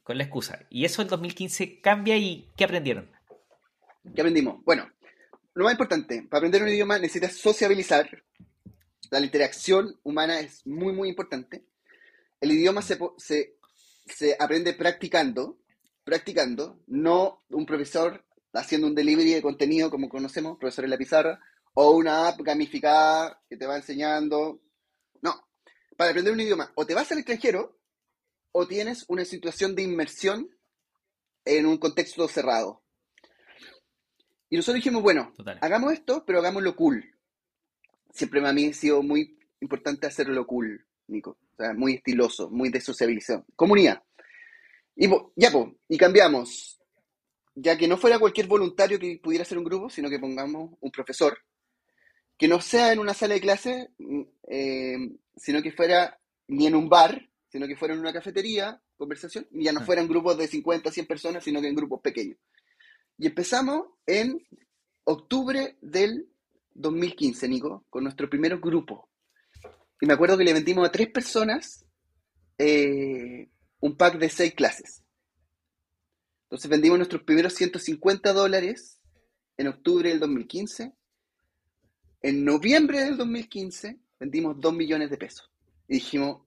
con la excusa. Y eso el 2015 cambia y ¿qué aprendieron? ¿Qué aprendimos? Bueno, lo más importante, para aprender un idioma necesitas sociabilizar. La interacción humana es muy, muy importante. El idioma se aprende practicando, no un profesor haciendo un delivery de contenido como conocemos, profesor en la pizarra, o una app gamificada que te va enseñando. No, para aprender un idioma, o te vas al extranjero, o tienes una situación de inmersión en un contexto cerrado. Y nosotros dijimos, bueno, Total. hagamos esto, pero hagámoslo cool. Siempre a mí ha sido muy importante hacerlo cool, Nico. O sea, muy estiloso, muy de sociabilización. Comunidad. Y ya, pues, y cambiamos. Ya que no fuera cualquier voluntario que pudiera ser un grupo, sino que pongamos un profesor, que no sea en una sala de clase, sino que fuera ni en un bar, sino que fuera en una cafetería, conversación, y ya no fueran grupos de 50, 100 personas, sino que en grupos pequeños. Y empezamos en octubre del 2015, Nico, con nuestro primer grupo. Y me acuerdo que le vendimos a 3 personas un pack de 6 clases. Entonces vendimos nuestros primeros $150 en octubre del 2015. En noviembre del 2015 vendimos 2 millones de pesos. Y dijimos,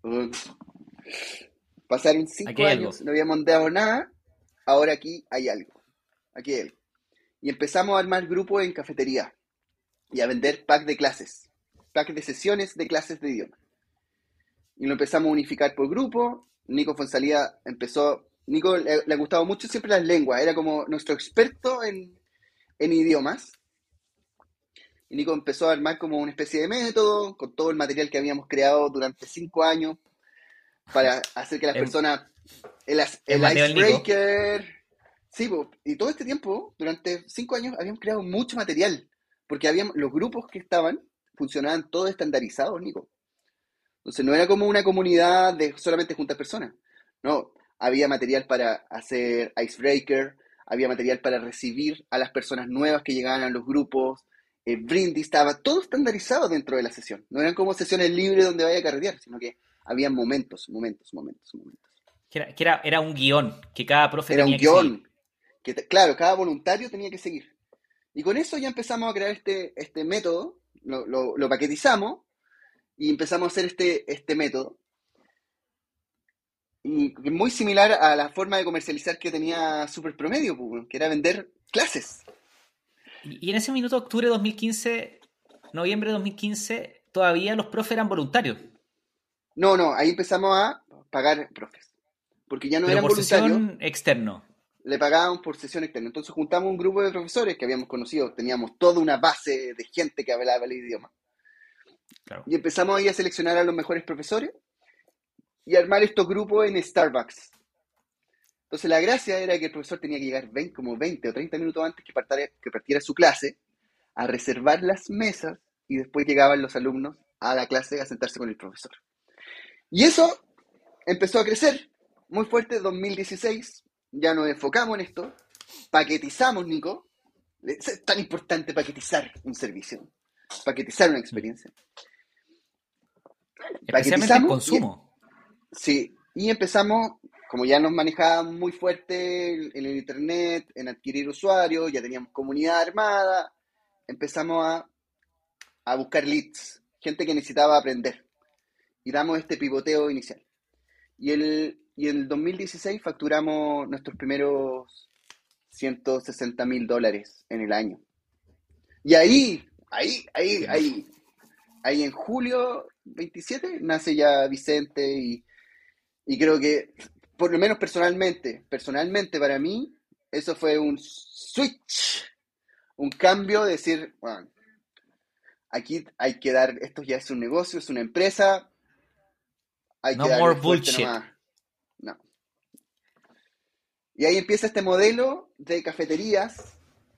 pasaron Aquí 5 hay algo. años, no habíamos dado nada, ahora aquí hay algo. Aquí hay algo. Y empezamos a armar grupos en cafetería y a vender pack de clases, pack de sesiones de clases de idioma. Y lo empezamos a unificar por grupo. Nico Fonsalía Nico le ha gustado mucho siempre las lenguas, era como nuestro experto en idiomas. Y Nico empezó a armar como una especie de método con todo el material que habíamos creado durante 5 años para hacer que las Es, personas, el es Mateo el Nico. icebreaker, sí, y todo este tiempo, durante 5 años, habíamos creado mucho material, porque los grupos que estaban funcionaban todos estandarizados, Nico. Entonces no era como una comunidad de solamente juntar personas, no, había material para hacer icebreaker, había material para recibir a las personas nuevas que llegaban a los grupos, brindis, estaba todo estandarizado dentro de la sesión. No eran como sesiones libres donde vaya a carretear, sino que había momentos. Era un guión que cada profe Era un tenía que seguir. guión que, claro, cada voluntario tenía que seguir. Y con eso ya empezamos a crear este método, lo paquetizamos y empezamos a hacer este método. Y muy similar a la forma de comercializar que tenía Super Promedio, que era vender clases. Y en ese minuto, octubre de 2015, noviembre de 2015, todavía los profes eran voluntarios. No, ahí empezamos a pagar profes. Porque ya no Pero eran por voluntarios, sesión externo. le pagábamos por sesión externa. Entonces juntamos un grupo de profesores que habíamos conocido, teníamos toda una base de gente que hablaba el idioma. Claro. Y empezamos ahí a seleccionar a los mejores profesores y armar estos grupos en Starbucks. Entonces la gracia era que el profesor tenía que llegar como 20 o 30 minutos antes que partiera su clase, a reservar las mesas y después llegaban los alumnos a la clase a sentarse con el profesor. Y eso empezó a crecer muy fuerte. 2016 ya nos enfocamos en esto, paquetizamos, Nico. Es tan importante paquetizar un servicio, paquetizar una experiencia. Especialmente en Paquetizamos consumo. sí, y empezamos, como ya nos manejábamos muy fuerte en el internet, en adquirir usuarios, ya teníamos comunidad armada, empezamos a buscar leads, gente que necesitaba aprender. Y damos este pivoteo inicial. Y en el 2016 facturamos nuestros primeros $160,000 en el año. Y ahí en julio 27 nace ya Vicente y creo que, por lo menos personalmente para mí, eso fue un switch, un cambio de decir, bueno, aquí hay que dar, esto ya es un negocio, es una empresa, hay que No more darle fuerte bullshit. nomás. No. Y ahí empieza este modelo de cafeterías,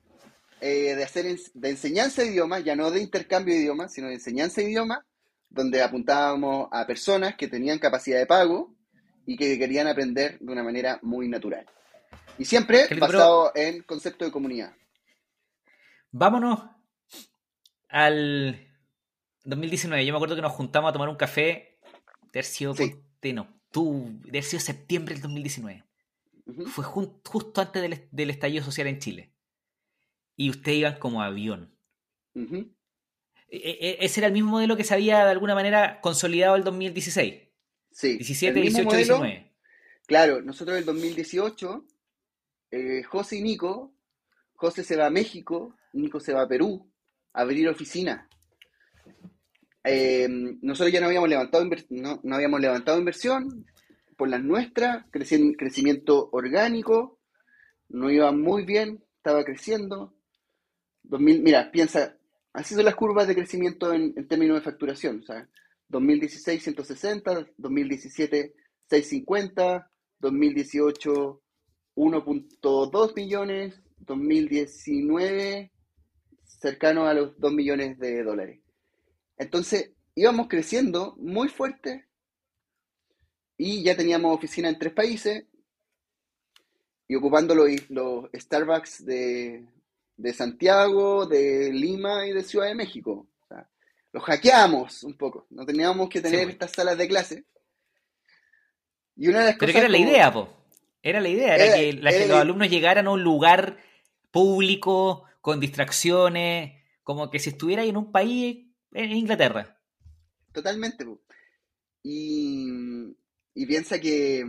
de enseñanza de idiomas, ya no de intercambio de idiomas, sino de enseñanza de idiomas, donde apuntábamos a personas que tenían capacidad de pago y que querían aprender de una manera muy natural. Y siempre Carlito, pero basado en concepto de comunidad. vámonos al 2019. Yo me acuerdo que nos juntamos a tomar un café, de haber sido, Sí, ponte en octubre, de haber sido septiembre del 2019. Ujú, fue justo antes del estallido social en Chile. Y ustedes iban como avión. ujú. Ese era el mismo modelo que se había de alguna manera consolidado el 2016. Sí, el 17, mismo 18, modelo. 19. Claro, nosotros en el 2018, José y Nico, José se va a México, Nico se va a Perú a abrir oficina. Nosotros ya no habíamos levantado, no habíamos levantado inversión por las nuestras, crecimiento orgánico, no iba muy bien, estaba creciendo. 2000, mira, piensa, así son las curvas de crecimiento en términos de facturación. O sea, 2016 160, 2017 650, 2018 1.2 millones, 2019 cercano a los 2 millones de dólares. Entonces, íbamos creciendo muy fuerte y ya teníamos oficina en 3 países y ocupando los Starbucks de Santiago, de Lima y de Ciudad de México. O sea, los hackeamos un poco, no teníamos que Sí, tener pues. estas salas de clase. Y una de las Pero que cosas era la como... idea, po. Era la idea, era Era, que era los alumnos llegaran a un lugar público, con distracciones, como que si estuviera en un país en Inglaterra. totalmente. Po. Y piensa que,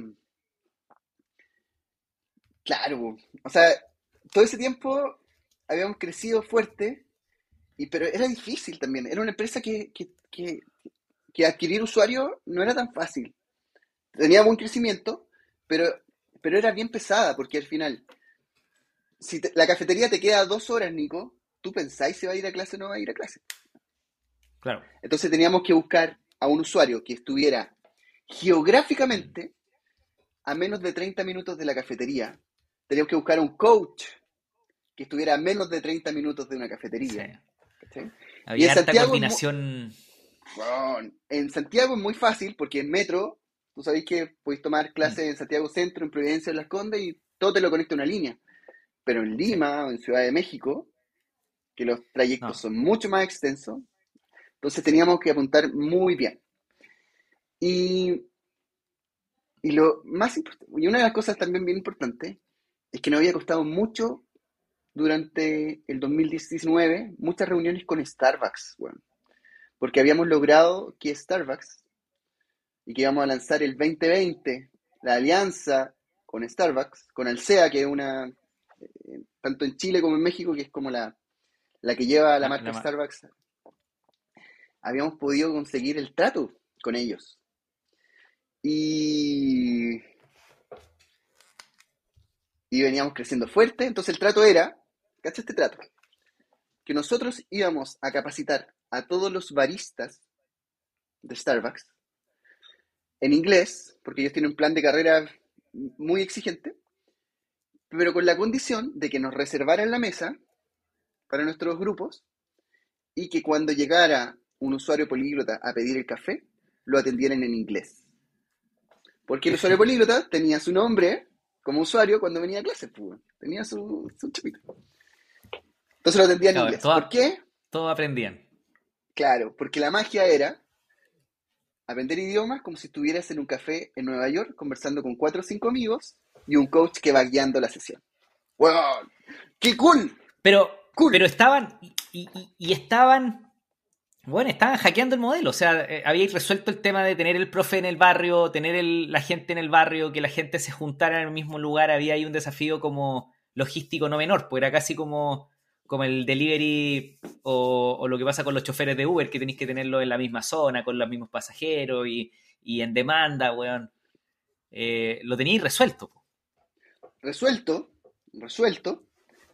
claro, po, o sea, todo ese tiempo habíamos crecido fuerte, pero era difícil también. Era una empresa que adquirir usuarios no era tan fácil. Tenía buen crecimiento, pero, pero era bien pesada, porque al final, si la cafetería te queda 2 horas, Nico, tú pensáis si va a ir a clase o no va a ir a clase. Claro. Entonces teníamos que buscar a un usuario que estuviera geográficamente a menos de 30 minutos de la cafetería. Teníamos que buscar a un coach que estuviera a menos de 30 minutos de una Sí. cafetería. ¿Cachai? Y Había harta coordinación. bueno, en Santiago es muy fácil porque en metro, tú sabéis que podéis tomar Mm, clases en Santiago Centro, en Providencia, en Las Condes y todo te lo conecta a una línea. Pero en sí. Lima o en Ciudad de México, que los trayectos No. son mucho más extensos, entonces teníamos que apuntar muy bien. Y, y lo más importante, y una de las cosas también bien importantes, es que nos había costado mucho durante el 2019 muchas reuniones con Starbucks, bueno, porque habíamos logrado que Starbucks, y que íbamos a lanzar el 2020, la alianza con Starbucks, con Alsea, que es una, tanto en Chile como en México, que es como la que lleva la marca Starbucks, habíamos podido conseguir el trato con ellos. Y, y veníamos creciendo fuerte, entonces el trato era, ¿cacha este trato? Que nosotros íbamos a capacitar a todos los baristas de Starbucks en inglés, porque ellos tienen un plan de carrera muy exigente, pero con la condición de que nos reservaran la mesa para nuestros grupos y que cuando llegara un usuario políglota a pedir el café, lo atendieran en inglés. Porque el usuario políglota tenía su nombre como usuario cuando venía a clase, pues, tenía su chapito. Entonces lo atendía en Claro, inglés. ¿Por qué? todos aprendían. Claro, porque la magia era aprender idiomas como si estuvieras en un café en Nueva York conversando con 4 o 5 amigos y un coach que va guiando la sesión. ¡Wow! ¡Qué cool! Pero, ¡Cool! pero estaban, y estaban, bueno, estaban hackeando el modelo. O sea, habíais resuelto el tema de tener el profe en el barrio, tener la gente en el barrio, que la gente se juntara en el mismo lugar. Había ahí un desafío como logístico no menor, pues era casi como el delivery o lo que pasa con los choferes de Uber, que tenéis que tenerlo en la misma zona, con los mismos pasajeros y en demanda, weón. Lo teníais resuelto. Po. Resuelto, resuelto.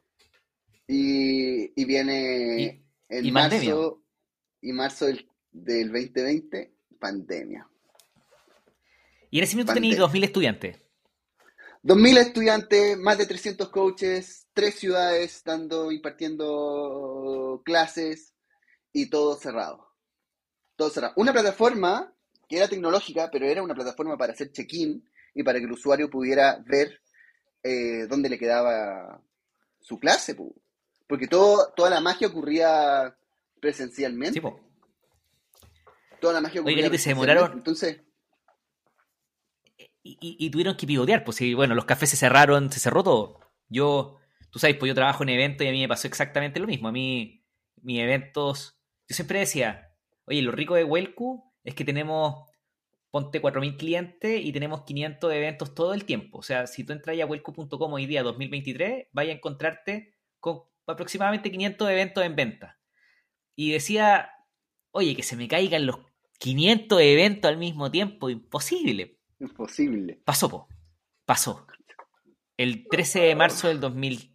Y viene Y, en y pandemia. Po. marzo del 2020, pandemia. Y en ese momento tenéis Pandemia. 2.000 estudiantes. 2.000 estudiantes, más de 300 coaches, 3 ciudades impartiendo clases y todo cerrado. Todo cerrado. Una plataforma que era tecnológica, pero era una plataforma para hacer check-in y para que el usuario pudiera ver dónde le quedaba su clase, porque toda la magia ocurría Sí, presencialmente. po. Toda la magia Oye, ocurría Galito, se presencialmente. demoraron. Entonces, y tuvieron que pivotear, pues sí, bueno, los cafés se cerraron, se cerró todo. Tú sabes, pues yo trabajo en eventos y a mí me pasó exactamente lo mismo. A mí, mis eventos, yo siempre decía, oye, lo rico de Huelcu es que tenemos, ponte 4.000 clientes y tenemos 500 eventos todo el tiempo. O sea, si tú entras a huelcu.com hoy día 2023, vaya a encontrarte con aproximadamente 500 eventos en venta. Y decía, oye, que se me caigan los 500 eventos al mismo tiempo, imposible. Imposible. Pasó. El 13 de marzo del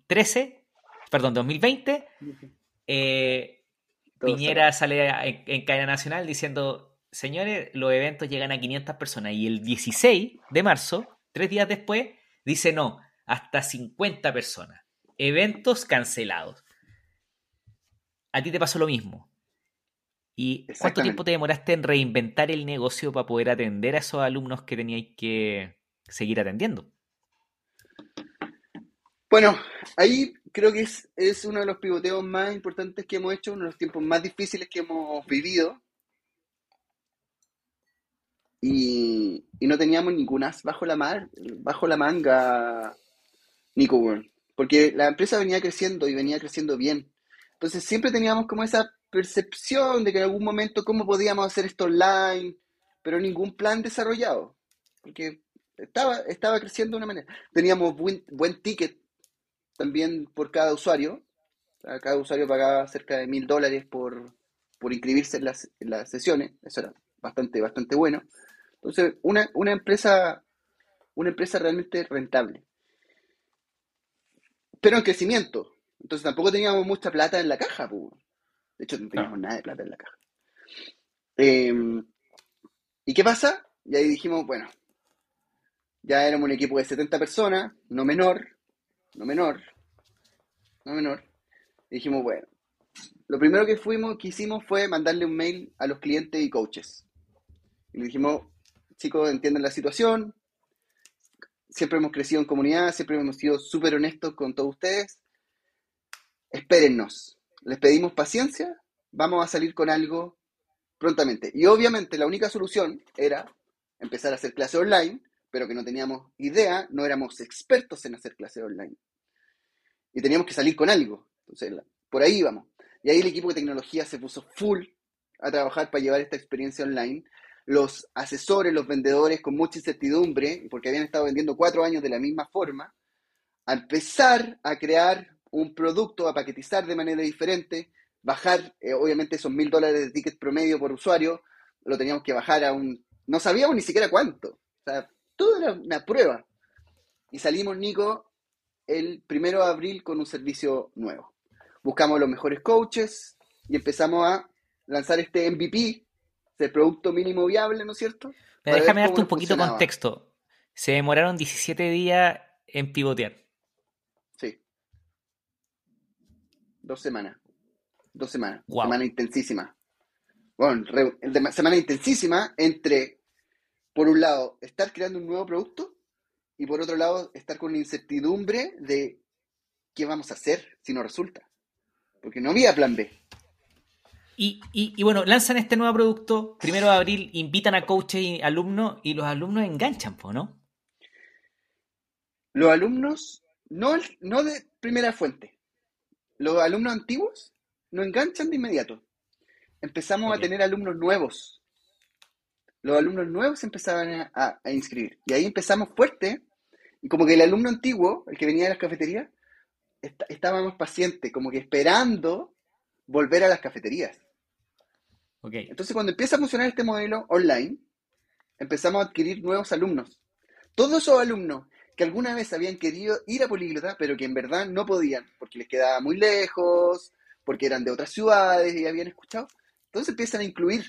2020, Todo Piñera sale en cadena nacional diciendo, señores, los eventos llegan a 500 personas. Y el 16 de marzo, 3 días después, dice no, hasta 50 personas. Eventos cancelados. A ti te pasó lo mismo. ¿Y cuánto tiempo Exactamente. te demoraste en reinventar el negocio para poder atender a esos alumnos que teníais que seguir atendiendo? Bueno, ahí creo que es uno de los pivoteos más importantes que hemos hecho, uno de los tiempos más difíciles que hemos vivido y no teníamos ningún as bajo la manga, Nico, weón. Porque la empresa venía creciendo y venía creciendo bien. Entonces siempre teníamos como esa percepción de que en algún momento cómo podíamos hacer esto online, pero ningún plan desarrollado. Porque estaba creciendo de una manera. Teníamos buen ticket también por cada usuario. O sea, cada usuario pagaba cerca de $1.000 por inscribirse en las sesiones. Eso era bastante bueno. Entonces, una empresa realmente rentable, pero en crecimiento. Entonces tampoco teníamos mucha plata en la caja, pues. De hecho, no teníamos Claro. nada de plata en la caja. Eh, ¿Y qué pasa? Y ahí dijimos, bueno, ya éramos un equipo de 70 personas, no menor, no menor, no menor. Y dijimos, bueno, lo primero que hicimos fue mandarle un mail a los clientes y coaches. Y le dijimos, chicos, entienden la situación, siempre hemos crecido en comunidad, siempre hemos sido súper honestos con todos ustedes, espérennos, les pedimos paciencia, vamos a salir con algo prontamente. Y obviamente la única solución era empezar a hacer clases online, pero que no teníamos idea, no éramos expertos en hacer clases online. Y teníamos que salir con algo. Entonces, por ahí íbamos. Y ahí el equipo de tecnología se puso full a trabajar para llevar esta experiencia online. Los asesores, los vendedores con mucha incertidumbre, porque habían estado vendiendo 4 años de la misma forma, a empezar a crear un producto, a paquetizar de manera diferente, bajar, obviamente, esos $1.000 de ticket promedio por usuario, lo teníamos que bajar a no sabíamos ni siquiera cuánto. O sea, todo era una prueba. Y salimos, Nico, el 1 de abril con un servicio nuevo. Buscamos los mejores coaches y empezamos a lanzar este MVP, el producto mínimo viable, ¿no es cierto? Mira, Para ver déjame cómo darte un nos poquito de funcionaba. contexto. Se demoraron 17 días en pivotear. Sí, 2 semanas. 2 semanas. Wow. Semana intensísima. Bueno, semana intensísima entre, por un lado, estar creando un nuevo producto y por otro lado, estar con la incertidumbre de qué vamos a hacer si no resulta. Porque no había plan B. Y bueno, lanzan este nuevo producto, 1 de abril, invitan a coaches y alumnos y los alumnos enganchan, ¿no? Los alumnos, no de primera fuente, los alumnos antiguos no enganchan de inmediato. Empezamos a Ok. tener alumnos nuevos. Los alumnos nuevos empezaban a inscribir. Y ahí empezamos fuerte. Y como que el alumno antiguo, el que venía de las cafeterías, estaba más paciente, como que esperando volver a las cafeterías. Ok. Entonces, cuando empieza a funcionar este modelo online, empezamos a adquirir nuevos alumnos. Todos esos alumnos que alguna vez habían querido ir a Políglota, pero que en verdad no podían, porque les quedaba muy lejos, porque eran de otras ciudades y habían escuchado, entonces empiezan a incluir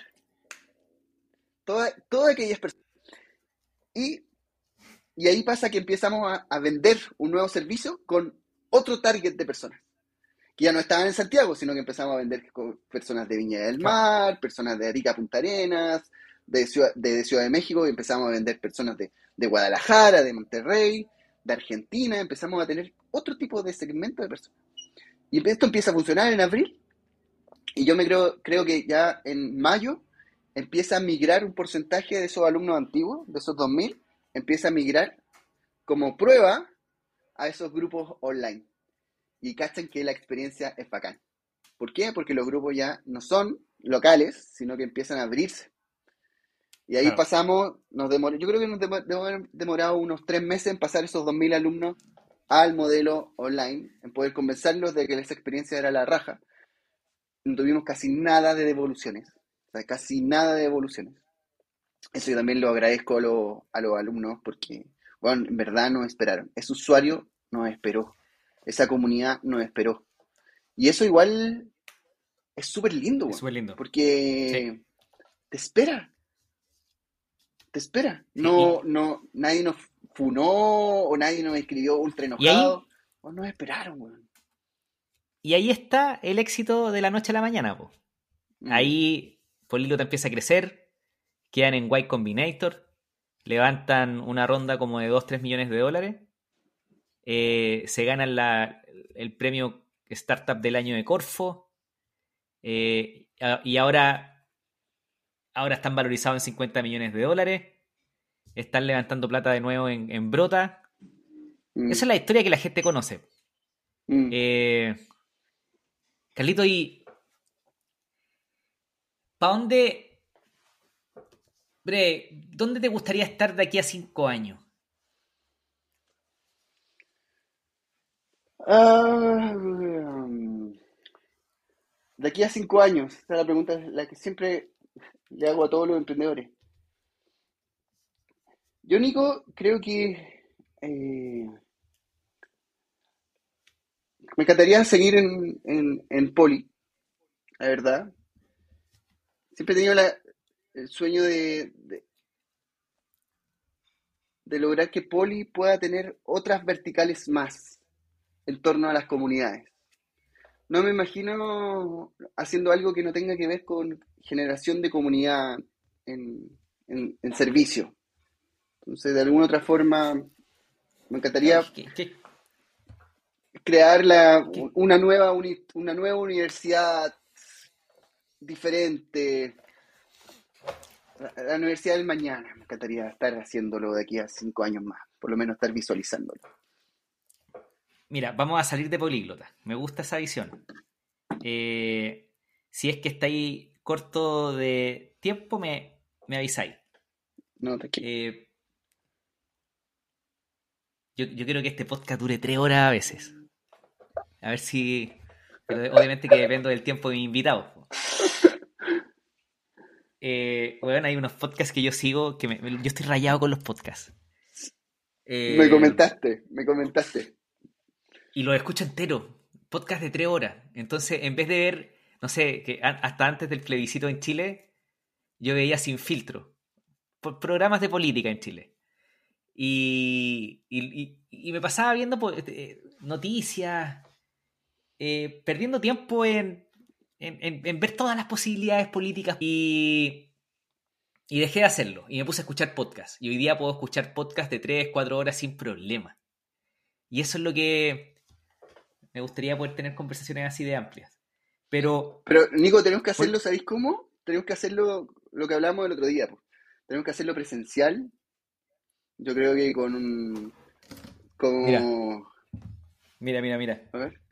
todas aquellas personas. Y, y ahí pasa que empezamos a vender un nuevo servicio con otro target de personas, que ya no estaban en Santiago, sino que empezamos a vender con personas de Viña del Claro. Mar, personas de Arica, Punta Arenas, de Ciudad de México, y empezamos a vender personas de Guadalajara, de Monterrey, de Argentina, empezamos a tener otro tipo de segmento de personas. Y esto empieza a funcionar en abril, y yo creo que ya en mayo empieza a migrar un porcentaje de esos alumnos antiguos, de esos 2.000, empieza a migrar como prueba a esos grupos online. Y cachan que la experiencia es bacán. ¿Por qué? Porque los grupos ya no son locales, sino que empiezan a abrirse. Y ahí Claro. pasamos, yo creo que nos debemos haber demorado unos 3 meses en pasar esos 2000 alumnos al modelo online, en poder convencerlos de que esa experiencia era la raja. No tuvimos casi nada de devoluciones. O sea, casi nada de devoluciones. Eso yo también lo agradezco a los alumnos porque, bueno, en verdad nos esperaron. Ese usuario nos esperó. Esa comunidad nos esperó. Y eso igual es súper lindo, Es bueno, súper lindo. Sí. porque te espera, te espera. Sí. Nadie nos funó o nadie nos escribió ultra Y ahí, enojado. O nos esperaron, weón. y ahí está el éxito de la noche a la mañana, po. Mm, Ahí Políglota empieza a crecer, quedan en Y Combinator, levantan una ronda como de 2-3 millones de dólares, se ganan el premio Startup del Año de Corfo, y ahora están valorizados en 50 millones de dólares, están levantando plata de nuevo en Brota. Esa mm, es la historia que la gente conoce. mm. Eh, Carlito, ¿y para dónde te gustaría estar de aquí a 5 años? Ah, de aquí a 5 años, esta es la pregunta la que siempre le hago a todos los emprendedores. Yo, Nico, creo que me encantaría seguir en Poli, la verdad. Siempre he tenido el sueño de lograr que Poli pueda tener otras verticales más en torno a las comunidades. No me imagino haciendo algo que no tenga que ver con generación de comunidad en servicio. Entonces, de alguna otra forma, me Claro, encantaría ¿qué, crear qué- una nueva universidad diferente, la universidad del mañana. Me encantaría estar haciéndolo de aquí a 5 años más, por lo menos estar visualizándolo. Mira, vamos a salir de políglota. Me gusta esa visión. Eh, si es que estáis corto de tiempo, me avisáis. No, tranquilo. Eh, yo quiero que este podcast dure 3 horas a veces. A ver si... Pero obviamente que dependo del tiempo de mi invitado. Bueno, hay unos podcasts que yo sigo que yo estoy rayado con los podcasts. Me Eh, comentaste, me comentaste. y los escucho entero. Podcast de 3 horas. Entonces, en vez de ver, no sé, que hasta antes del plebiscito en Chile, yo veía Sin Filtro. Programas de política en Chile. Y me pasaba viendo pues, noticias, perdiendo tiempo en ver todas las posibilidades políticas. Y dejé de hacerlo. Y me puse a escuchar podcasts. Y hoy día puedo escuchar podcasts de 3-4 horas sin problema. Y eso es lo que me gustaría poder tener conversaciones así de amplias. Pero, Pero, Nico, tenemos que por- hacerlo, ¿sabéis cómo? Tenemos que hacerlo lo que hablamos el otro día, po. Tenemos que hacerlo presencial. Yo creo que con un... mira, Como... mira. A ver.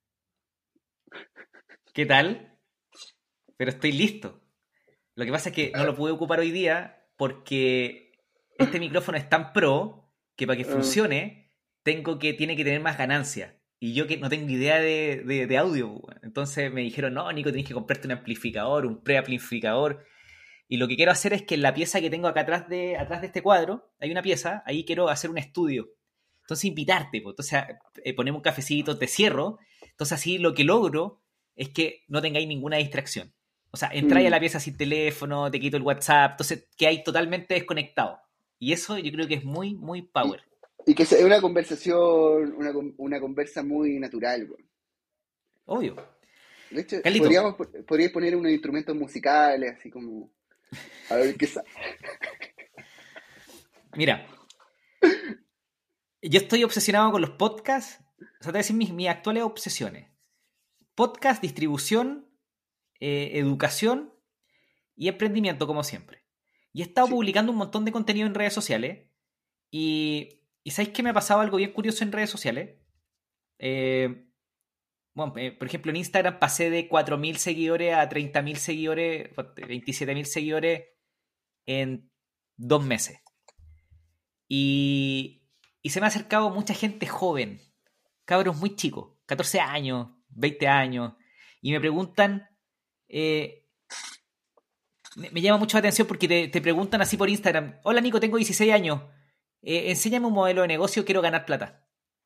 ¿Qué tal? Pero estoy listo. Lo que pasa es que no lo pude ocupar hoy día porque este micrófono es tan pro que para que Ah, funcione tiene que tener más ganancia. Y yo que no tengo idea de audio. Weón. Entonces me dijeron, no, Nico, tenés que comprarte un amplificador, un preamplificador. Y lo que quiero hacer es que en la pieza que tengo acá atrás de este cuadro, hay una pieza, ahí quiero hacer un estudio. Entonces invitarte, pues. Entonces ponemos un cafecito, te cierro. Entonces así lo que logro es que no tengáis ninguna distracción. O sea, entráis a mm. la pieza sin teléfono, te quito el WhatsApp, entonces quedáis totalmente desconectado. Y eso yo creo que es muy, muy Y, power. y que sea una conversación, una conversa muy natural, weón. Obvio. De hecho, Carlito, podríais poner unos instrumentos musicales, así como, a ver qué sale. mira, yo estoy obsesionado con los podcasts. O sea, te voy a decir mis actuales obsesiones. Podcast, distribución, educación y emprendimiento, como siempre. Y he estado Sí. publicando un montón de contenido en redes sociales Y ¿sabéis que me ha pasado algo bien curioso en redes sociales? Bueno, por ejemplo, en Instagram pasé de 4.000 seguidores a 30.000 seguidores, 27.000 seguidores en 2 meses. Y, y se me ha acercado mucha gente joven, cabros muy chicos, 14 años, 20 años, y me preguntan, me llama mucho la atención porque te preguntan así por Instagram, hola Nico, tengo 16 años, enséñame un modelo de negocio, quiero ganar plata.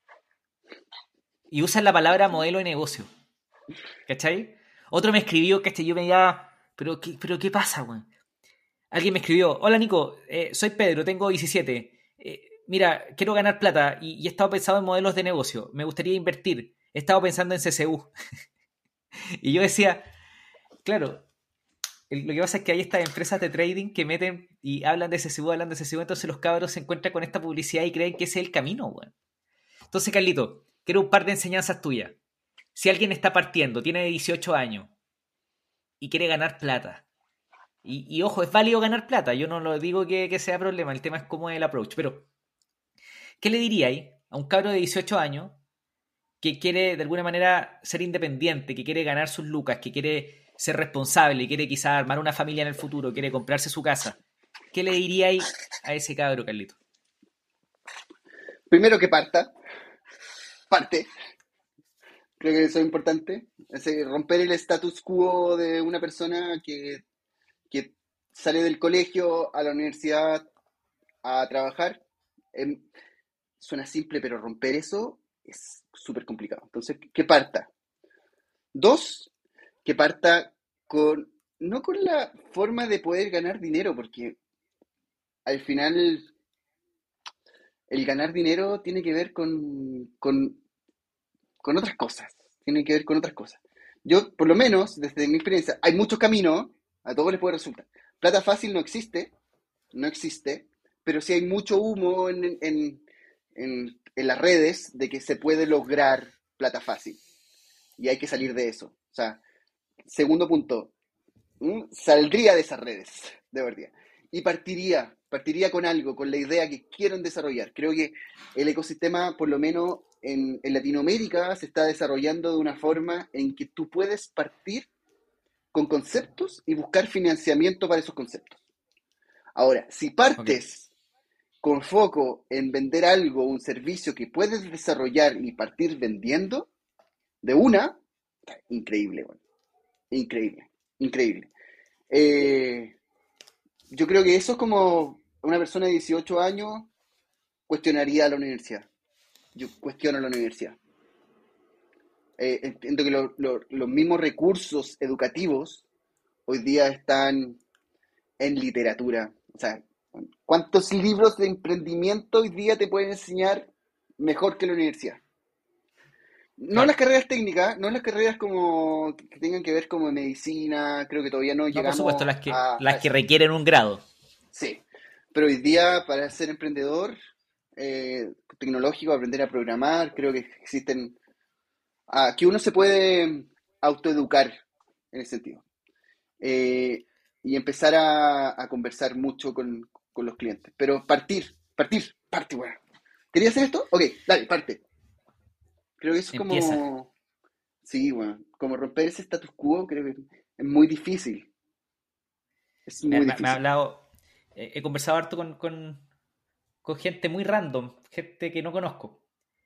Y usan la palabra modelo de negocio, ¿cachai? Otro me escribió, ¿cachai? Yo me llama, pero ¿qué pasa, weón? Alguien me escribió, hola Nico, soy Pedro, tengo 17. Mira, quiero ganar plata y he estado pensando en modelos de negocio. Me gustaría invertir. He estado pensando en CCU. Y yo decía, claro, lo que pasa es que hay estas empresas de trading que meten y hablan de CCU, entonces los cabros se encuentran con esta publicidad y creen que ese es el camino, weón. Entonces, Carlito, quiero un par de enseñanzas tuyas. Si alguien está partiendo, tiene 18 años y quiere ganar plata, y ojo, es válido ganar plata, yo no lo digo que sea problema, el tema es cómo es el approach, pero ¿qué le diríais a un cabro de 18 años que quiere de alguna manera ser independiente, que quiere ganar sus lucas, que quiere ser responsable, quiere quizás armar una familia en el futuro, quiere comprarse su casa? ¿Qué le diríais a ese cabro, Carlito? Primero que parte. Creo que eso es importante. Es romper el status quo de una persona que sale del colegio a la universidad a trabajar. Suena simple, pero romper eso es súper complicado. Entonces, que parta. Dos, que parta con, no con la forma de poder ganar dinero, porque al final el ganar dinero tiene que ver con otras cosas. Tiene que ver con otras cosas. Yo, por lo menos, desde mi experiencia, hay muchos caminos, a todos les puede resultar. Plata fácil no existe, pero sí hay mucho humo en las redes de que se puede lograr plata fácil. Y hay que salir de eso. O sea, segundo punto, saldría de esas redes, de verdad. Y partiría con algo, con la idea que quieren desarrollar. Creo que el ecosistema, por lo menos en Latinoamérica, se está desarrollando de una forma en que tú puedes partir con conceptos y buscar financiamiento para esos conceptos. Ahora, si Okay. partes con foco en vender algo, un servicio que puedes desarrollar y partir vendiendo, de una, increíble, bueno, increíble, increíble. Eh, yo creo que eso es como una persona de 18 años cuestionaría a la universidad. Yo cuestiono la universidad. Entiendo que los mismos recursos educativos hoy día están en literatura. O sea, ¿cuántos libros de emprendimiento hoy día te pueden enseñar mejor que la universidad? No las Claro. carreras técnicas, no las carreras como que tengan que ver como medicina, creo que todavía no No, por supuesto, llegamos a las que eso. requieren un grado. Sí, pero hoy día para ser emprendedor tecnológico, aprender a programar, creo que existen, que uno se puede autoeducar en ese sentido. Eh, y empezar a conversar mucho con los clientes. Pero parte, bueno. ¿Querías hacer esto? Ok, dale, parte. Creo que eso es Empieza. como, sí, bueno, como romper ese status quo, creo que es muy difícil. Es muy Me ha difícil. hablado, he conversado harto con gente muy random, gente que no conozco.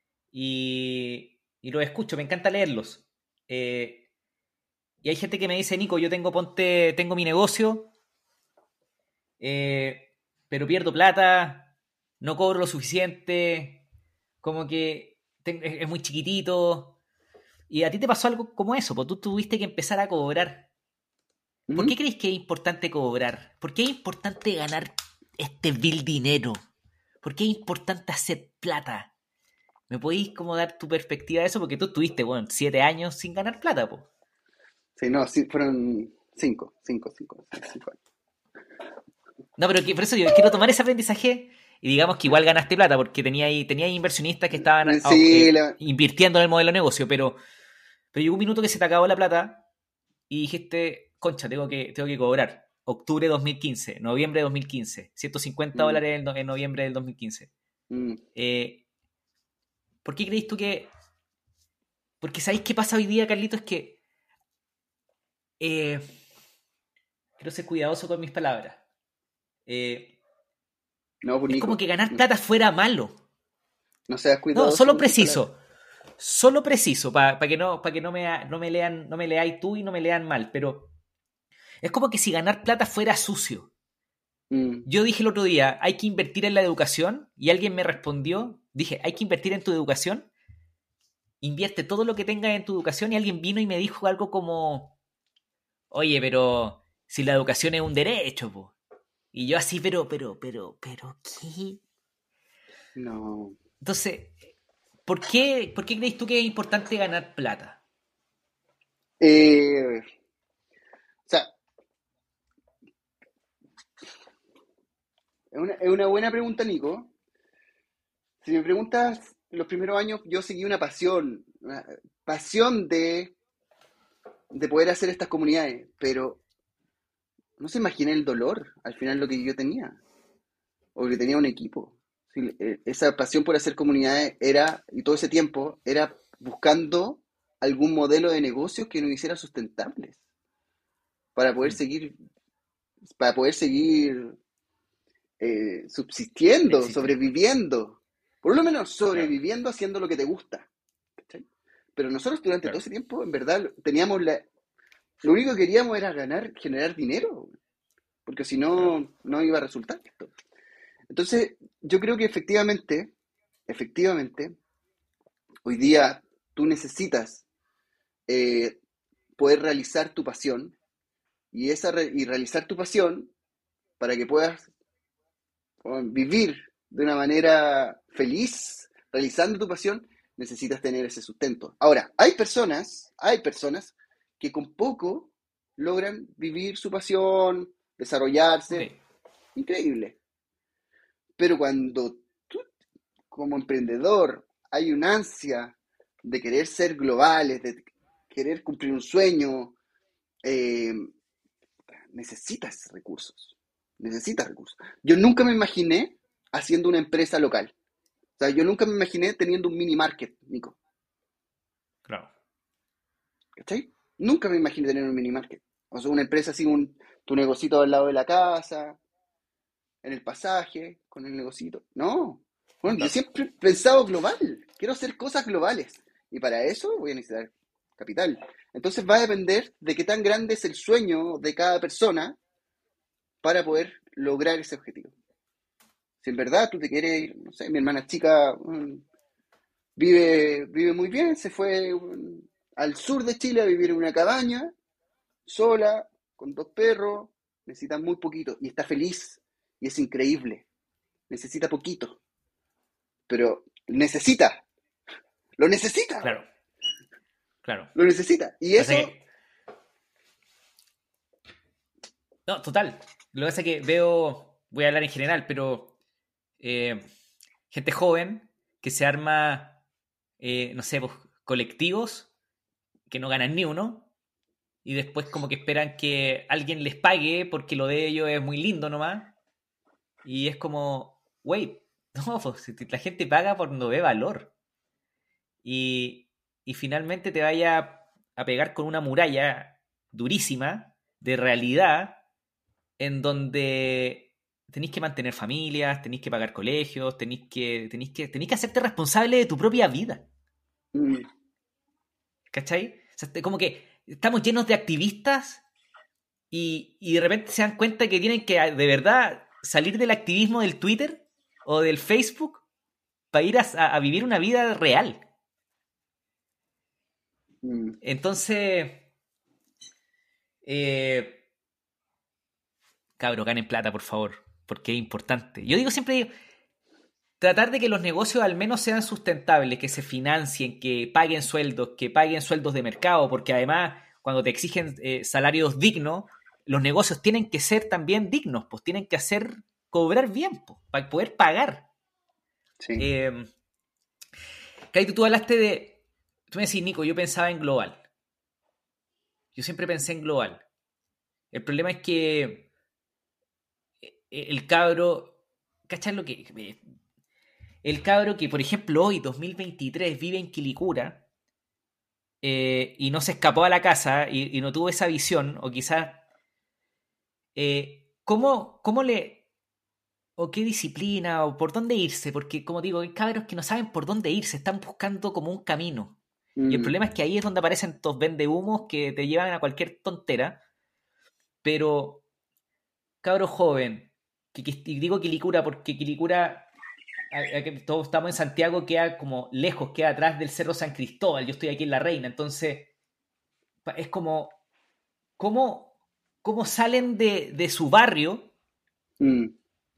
Y los escucho, me encanta leerlos. Eh, y hay gente que me dice, Nico, yo tengo mi negocio, pero pierdo plata, no cobro lo suficiente, como que es muy chiquitito. Y a ti te pasó algo como eso, pues tú tuviste que empezar a cobrar. ¿Por qué Ujú. crees que es importante cobrar? ¿Por qué es importante ganar este vil dinero? ¿Por qué es importante hacer plata? ¿Me podéis como dar tu perspectiva de eso? Porque tú estuviste, bueno, 7 años sin ganar plata, po. Sí, no, sí, fueron cinco años. No, pero por eso yo quiero tomar ese aprendizaje y digamos que igual ganaste plata porque tenía inversionistas que estaban Sí, invirtiendo en el modelo de negocio, pero llegó un minuto que se te acabó la plata y dijiste, concha, tengo que cobrar. Octubre de 2015, noviembre de 2015, $150 mm, en noviembre del 2015. Mm, Eh, ¿Por qué crees tú que...? Porque ¿sabéis qué pasa hoy día, Carlito? Es que eh, quiero ser cuidadoso con mis palabras. Eh, no, pues es como Nico, que ganar no, plata fuera malo. no seas No, cuidadoso solo con tus palabras. preciso. Solo preciso, para que no no me lean, no me leáis tú y no me lean mal, pero es como que si ganar plata fuera sucio. Mm, Yo dije el otro día, hay que invertir en la educación, y alguien me respondió, dije, hay que invertir en tu educación, invierte todo lo que tengas en tu educación, y alguien vino y me dijo algo como, oye, pero si la educación es un derecho, po. Y yo así, ¿qué? no. Entonces, por qué crees tú que es importante ganar plata? O sea, es una buena pregunta, Nico. Si me preguntas, los primeros años yo seguí una pasión de poder hacer estas comunidades, pero no se imagina el dolor al final lo que yo tenía, o que tenía un equipo. Sí, esa pasión por hacer comunidades era, y todo ese tiempo, era buscando algún modelo de negocio que nos hiciera sustentables para poder Mm, seguir, para poder seguir subsistiendo, existiendo. sobreviviendo, por lo menos Claro, sobreviviendo haciendo lo que te gusta. ¿Cachai? Pero nosotros durante todo claro, ese tiempo, en verdad, lo único que queríamos era ganar, generar dinero, porque si claro. no, no iba a resultar esto. Entonces, yo creo que efectivamente, hoy día tú necesitas eh, poder realizar tu pasión y realizar tu pasión para que puedas vivir de una manera feliz realizando tu pasión, necesitas tener ese sustento. Ahora, hay personas que con poco logran vivir su pasión, Ok, desarrollarse, increíble. Pero cuando tú como emprendedor hay una ansia de querer ser globales, de querer cumplir un sueño, eh, necesitas recursos. Necesitas recursos. Yo nunca me imaginé haciendo una empresa local. O sea, yo nunca me imaginé teniendo un mini market, Nico. claro. ¿Cachai? Nunca me imaginé tener un mini market. O sea, una empresa así, tu negocito al lado de la casa, en el pasaje, con el negocito. No. Bueno, yo Claro. siempre he pensado global. Quiero hacer cosas globales. Y para eso voy a necesitar capital. Entonces va a depender de qué tan grande es el sueño de cada persona para poder lograr ese objetivo. Si en verdad tú te quieres ir, no sé, mi hermana chica vive muy bien, se fue al sur de Chile a vivir en una cabaña, sola, con 2 perros, necesita muy poquito y está feliz y es increíble. Necesita poquito, pero lo necesita, Claro, claro. lo necesita. Y Pasa eso, que, no, total. Lo que pasa es que veo, voy a hablar en general, pero eh, gente joven que se arma, no sé, pues, colectivos que no ganan ni uno y después como que esperan que alguien les pague porque lo de ellos es muy lindo nomás. Y es como, wait, no, pues, si la gente paga por no ve valor. Y, y finalmente te vaya a pegar con una muralla durísima de realidad en donde tenéis que mantener familias, tenéis que pagar colegios, tenéis que hacerte responsable de tu propia vida. mm, ¿Cachai? O sea, como que estamos llenos de activistas y de repente se dan cuenta que tienen que de verdad salir del activismo del Twitter o del Facebook para ir a vivir una vida real. mm, Entonces, eh, cabro, ganen plata, por favor, porque es importante. Yo digo siempre, tratar de que los negocios al menos sean sustentables, que se financien, que paguen sueldos de mercado, porque además cuando te exigen salarios dignos, los negocios tienen que ser también dignos, pues tienen que hacer cobrar bien, pues, para poder pagar. sí. Eh, Kaito, tú me decís, Nico, yo pensaba en global. Yo siempre pensé en global. El problema es que el cabro, ¿cachai lo que? el cabro que, por ejemplo, hoy, 2023, vive en Quilicura y no se escapó a la casa y no tuvo esa visión, o quizás, ¿cómo le... o qué disciplina, o por dónde irse? Porque, como digo, hay cabros que no saben por dónde irse, están buscando como un camino. Y el Mm, problema es que ahí es donde aparecen estos vendehumos que te llevan a cualquier tontera, pero cabro joven, y digo Quilicura porque Quilicura, que todos estamos en Santiago, queda como lejos, queda atrás del Cerro San Cristóbal, yo estoy aquí en La Reina, entonces es como, ¿cómo, cómo salen de su barrio? mm.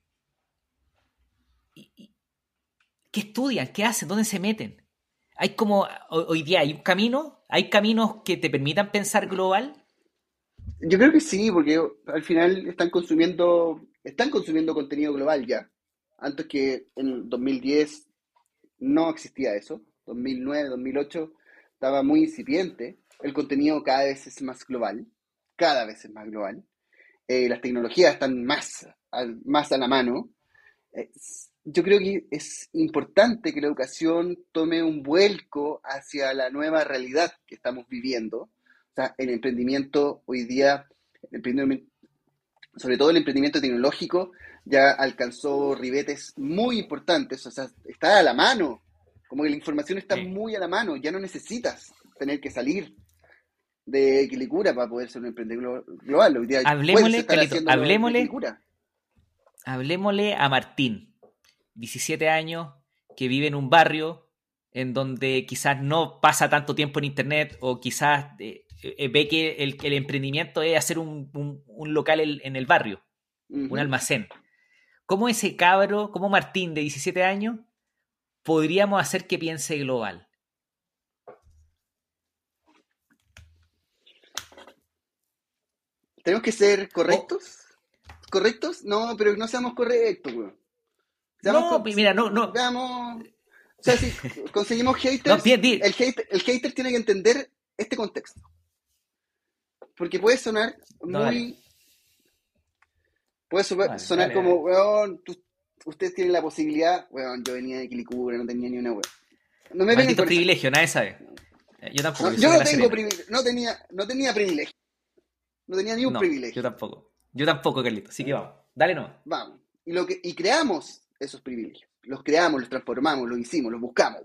Y ¿qué estudian? ¿Qué hacen? ¿Dónde se meten? Hay como, hoy día hay un camino, hay caminos que te permitan pensar global. Yo creo que sí, porque al final están consumiendo contenido global ya. Antes que en el 2010 no existía eso. 2009, 2008 estaba muy incipiente. El contenido cada vez es más global, cada vez es más global. Las tecnologías están más a la mano. Yo creo que es importante que la educación tome un vuelco hacia la nueva realidad que estamos viviendo. O sea, el emprendimiento hoy día, el emprendimiento, sobre todo el emprendimiento tecnológico, ya alcanzó ribetes muy importantes. O sea, está a la mano. Como que la información está muy a la mano. Ya no necesitas tener que salir de Quilicura para poder ser un emprendedor global. Hoy día puedes Hablemosle, estar Carlito, haciéndolo desde Quilicura. hablemosle a Martín, 17 años, que vive en un barrio en donde quizás no pasa tanto tiempo en internet, o quizás ve que el emprendimiento es hacer un local en el barrio, un Ujú. almacén. ¿Cómo ese cabro, como Martín de 17 años, podríamos hacer que piense global? Tenemos que ser O, correctos. ¿Correctos? No, pero no seamos correctos, weón. Seamos, no, mira, no, veamos. O sea, si conseguimos no, haters, bien, el hater tiene que entender este contexto. Porque puede sonar no, dale, muy. Puede dale, sonar dale, como, dale. weón, ustedes tienen la posibilidad. Weón, yo venía de Quilicura, no tenía ni una weón. No me vengan Maldito con esa. privilegio, nadie sabe. Yo tampoco, No, yo yo soy de no La tengo Serena. privilegio, no tenía privilegio. No tenía ni un No, yo privilegio. tampoco. Yo tampoco, Carlito. Así que vamos. Dale nomás. Vamos. Y creamos esos privilegios. Los creamos, los transformamos, los hicimos, los buscamos.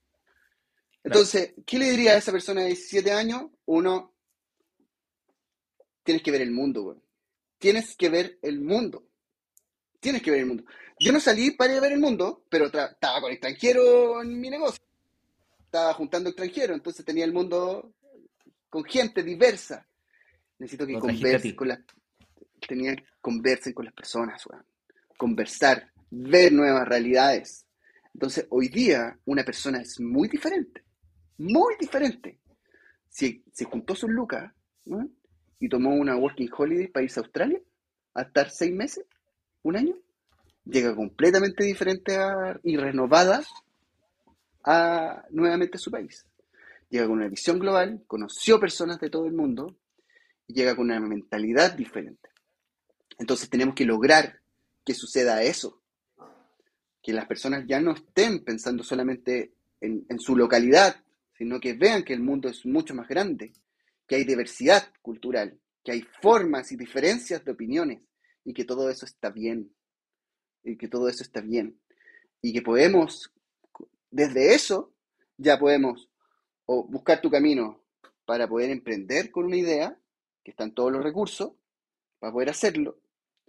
Claro. Entonces, ¿qué le diría a esa persona de 17 años? Uno, tienes que ver el mundo, güey. Tienes que ver el mundo. Tienes que ver el mundo. Yo no salí para ver el mundo, pero estaba con extranjeros en mi negocio. Estaba juntando extranjeros, entonces tenía el mundo con gente diversa. Necesito que Lo trajiste a conversen ti. tenía que conversen con las personas, güey. Conversar, ver nuevas realidades. Entonces, hoy día una persona es muy diferente. Muy diferente. Si se juntó sus lucas, ¿no? Y tomó una working holiday para irse a Australia a estar 6 meses, un año, llega completamente diferente y renovada nuevamente a su país. Llega con una visión global, conoció personas de todo el mundo y llega con una mentalidad diferente. Entonces tenemos que lograr que suceda eso, que las personas ya no estén pensando solamente en su localidad, sino que vean que el mundo es mucho más grande, que hay diversidad cultural, que hay formas y diferencias de opiniones y que todo eso está bien, y que todo eso está bien, y que podemos, desde eso, ya podemos o buscar tu camino para poder emprender con una idea, que están todos los recursos para poder hacerlo,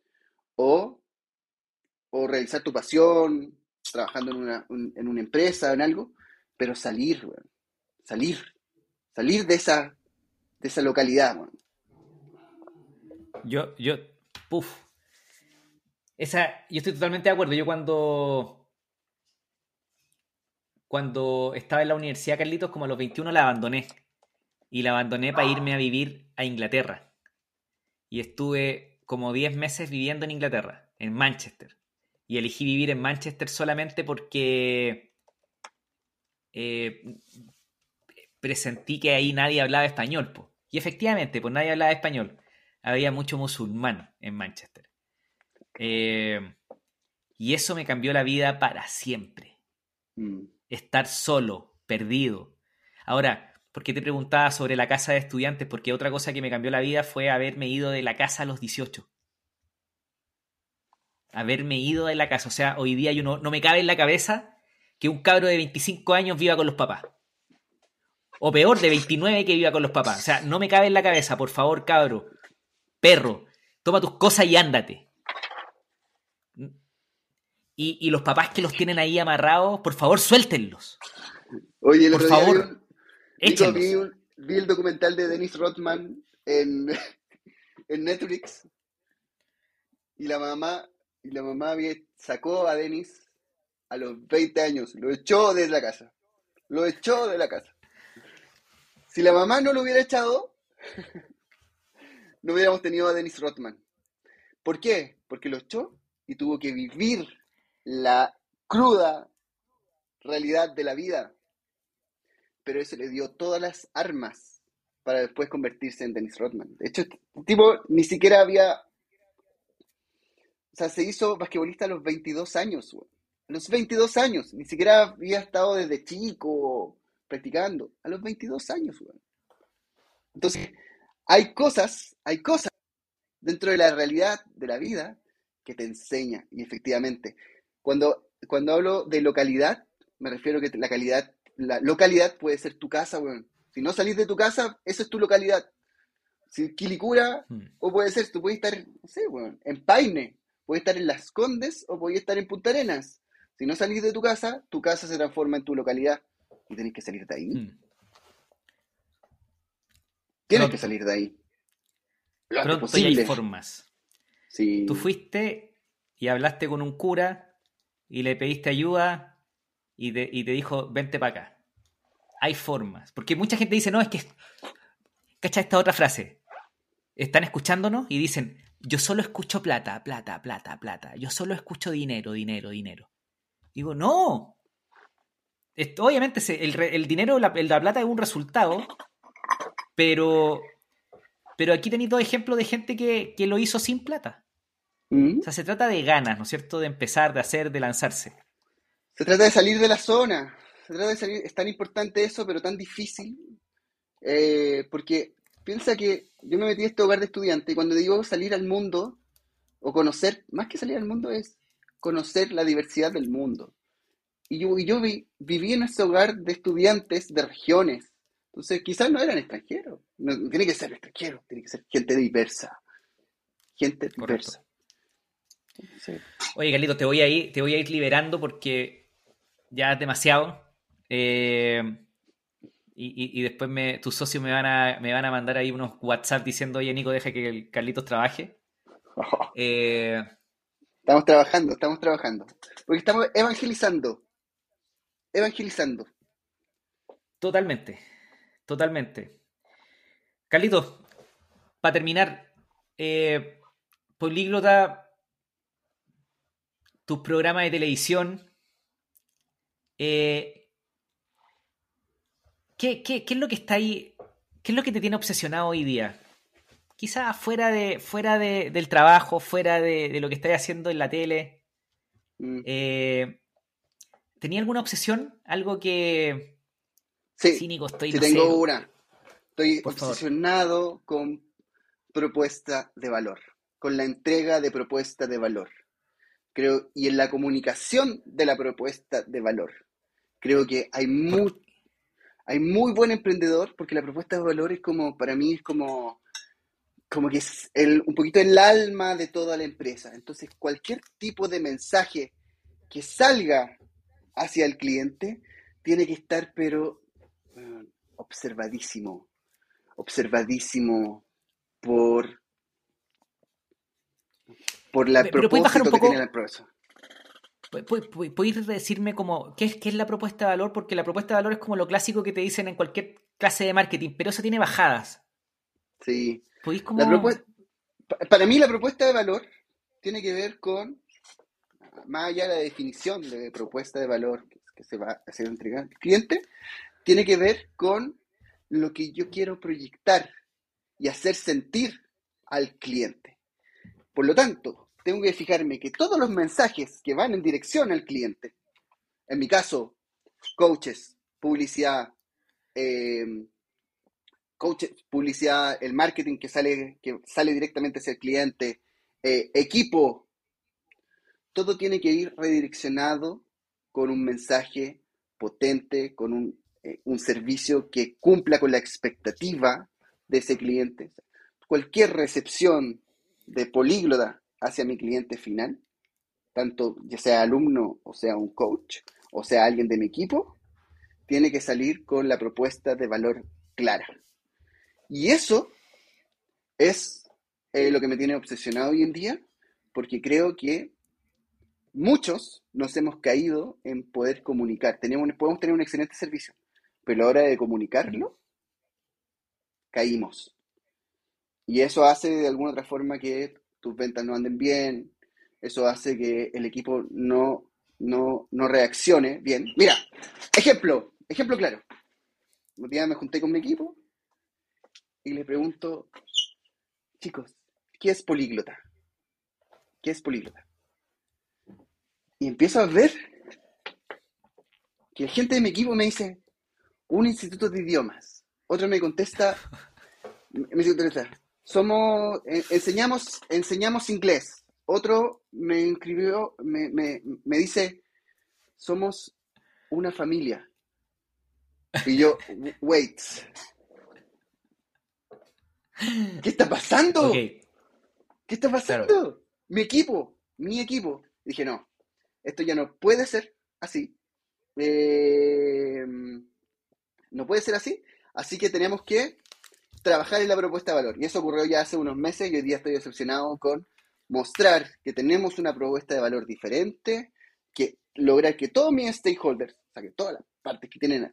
o, o realizar tu pasión, trabajando en una empresa, en algo, pero salir, weón, salir, salir de esa localidad, weón. Yo, puf. Yo estoy totalmente de acuerdo. Yo cuando estaba en la universidad, Carlitos, como a los 21 la abandoné. Y la abandoné para irme a vivir a Inglaterra. Y estuve como 10 meses viviendo en Inglaterra, en Manchester. Y elegí vivir en Manchester solamente porque eh, presentí que ahí nadie hablaba español, po. Y efectivamente, pues nadie hablaba español. Había mucho musulmán en Manchester. Eh, Y eso me cambió la vida para siempre. Mm. Estar solo, perdido. Ahora, ¿por qué te preguntaba sobre la casa de estudiantes? Porque otra cosa que me cambió la vida fue haberme ido de la casa a los 18. Haberme ido de la casa. O sea, hoy día yo no me cabe en la cabeza que un cabro de 25 años viva con los papás. O peor, de 29 que viva con los papás. O sea, no me cabe en la cabeza. Por favor, cabro, perro, toma tus cosas y ándate. Y los papás que los tienen ahí amarrados, por favor, suéltenlos. Oye, el Por otro día favor, Nico, échenlos. vi el documental de Dennis Rodman en, en Netflix y la mamá sacó a Dennis a los 20 años, lo echó de la casa. Lo echó de la casa. Si la mamá no lo hubiera echado, no hubiéramos tenido a Dennis Rodman. ¿Por qué? Porque lo echó y tuvo que vivir la cruda realidad de la vida. Pero eso le dio todas las armas para después convertirse en Dennis Rodman. De hecho, este tipo ni siquiera había... O sea, se hizo basquetbolista a los 22 años, güey. A los 22 años. Ni siquiera había estado desde chico practicando. A los 22 años, güey. Entonces, hay cosas dentro de la realidad de la vida que te enseña. Y efectivamente, cuando hablo de localidad, me refiero a que la localidad puede ser tu casa, weón. Si no salís de tu casa, esa es tu localidad. Si Quilicura, o puede ser, tú puedes estar, no sé, weón, en Paine, puedes estar en Las Condes o puedes estar en Punta Arenas. Si no salís de tu casa se transforma en tu localidad y tenés que salir de ahí. Tienes que Pronto, salir de ahí. Lo antes pronto ya hay posible. formas. Tú Sí. fuiste y hablaste con un cura y le pediste ayuda y te dijo, vente para acá. Hay formas. Porque mucha gente dice, no, es que... Cacha esta otra frase. Están escuchándonos y dicen, yo solo escucho plata, plata, plata, plata. Yo solo escucho dinero, dinero, dinero. Digo, no. Obviamente el dinero, la plata es un resultado, pero aquí tenéis dos ejemplos de gente que lo hizo sin plata. ¿Mm? O sea, se trata de ganas, ¿no es cierto? De empezar, de hacer, de lanzarse. Se trata de salir de la zona. Se trata de salir. Es tan importante eso, pero tan difícil. Porque piensa que yo me metí a este hogar de estudiante y cuando digo salir al mundo o conocer, más que salir al mundo es conocer la diversidad del mundo. Viví en ese hogar de estudiantes de regiones. Entonces, quizás no eran extranjeros. No tiene que ser extranjero, tiene que ser gente diversa. Gente Correcto. diversa. Sí. Oye, Carlito, te voy a ir liberando porque ya es demasiado. Y después tus socios me van a mandar ahí unos WhatsApp diciendo, oye, Nico, deja que el Carlitos trabaje. Eh, Estamos trabajando, estamos trabajando. Porque estamos evangelizando. Evangelizando. totalmente, totalmente. Carlitos, para terminar, Políglota, tus programas de televisión, eh, ¿qué es lo que está ahí? ¿Qué es lo que te tiene obsesionado hoy día? Quizás del trabajo, fuera de lo que estás haciendo en la tele. Mm. Eh, ¿Tenía alguna obsesión? Algo que Sí, cínico estoy, sí no sé, tengo una. Estoy por favor. obsesionado con propuesta de valor, con la entrega de propuesta de valor. Creo, y en la comunicación de la propuesta de valor. Creo que Por- hay muy buen emprendedor porque la propuesta de valor es como, para mí es como que es un poquito el alma de toda la empresa. Entonces, cualquier tipo de mensaje que salga hacia el cliente tiene que estar, pero observadísimo, observadísimo por, por el pero podéis bajar un propósito que tiene la poco, empresa. podéis decirme como, qué es la propuesta de valor? Porque la propuesta de valor es como lo clásico que te dicen en cualquier clase de marketing, pero eso tiene bajadas. Sí. ¿Podéis La como... propuesta, para mí la propuesta de valor tiene que ver con, más allá de la definición de propuesta de valor que se va a hacer entregar al cliente, tiene que ver con lo que yo quiero proyectar y hacer sentir al cliente. Por lo tanto, tengo que fijarme que todos los mensajes que van en dirección al cliente, en mi caso, coaches, publicidad, el marketing que sale directamente hacia el cliente, equipo, todo tiene que ir redireccionado con un mensaje potente, con un servicio que cumpla con la expectativa de ese cliente. Cualquier recepción de políglota hacia mi cliente final, tanto ya sea alumno o sea un coach o sea alguien de mi equipo, tiene que salir con la propuesta de valor clara. Y eso es lo que me tiene obsesionado hoy en día, porque creo que muchos nos hemos caído en poder comunicar. Podemos tener un excelente servicio, pero a la hora de comunicarlo, caímos. Y eso hace de alguna otra forma que tus ventas no anden bien, eso hace que el equipo no reaccione bien. Mira, ejemplo claro. Un día me junté con mi equipo y le pregunto, chicos, ¿qué es políglota? ¿Qué es políglota? Y empiezo a ver que la gente de mi equipo me dice, un instituto de idiomas. Otro me contesta, enseñamos inglés. Otro me inscribió, me dice, somos una familia. Y yo, wait, ¿qué está pasando? Okay. ¿Qué está pasando? Claro. Mi equipo. Dije, no, esto ya no puede ser así. No puede ser así. Así que tenemos que trabajar en la propuesta de valor. Y eso ocurrió ya hace unos meses y hoy día estoy decepcionado con mostrar que tenemos una propuesta de valor diferente, que lograr que todos mis stakeholders, o sea, que todas las partes que tienen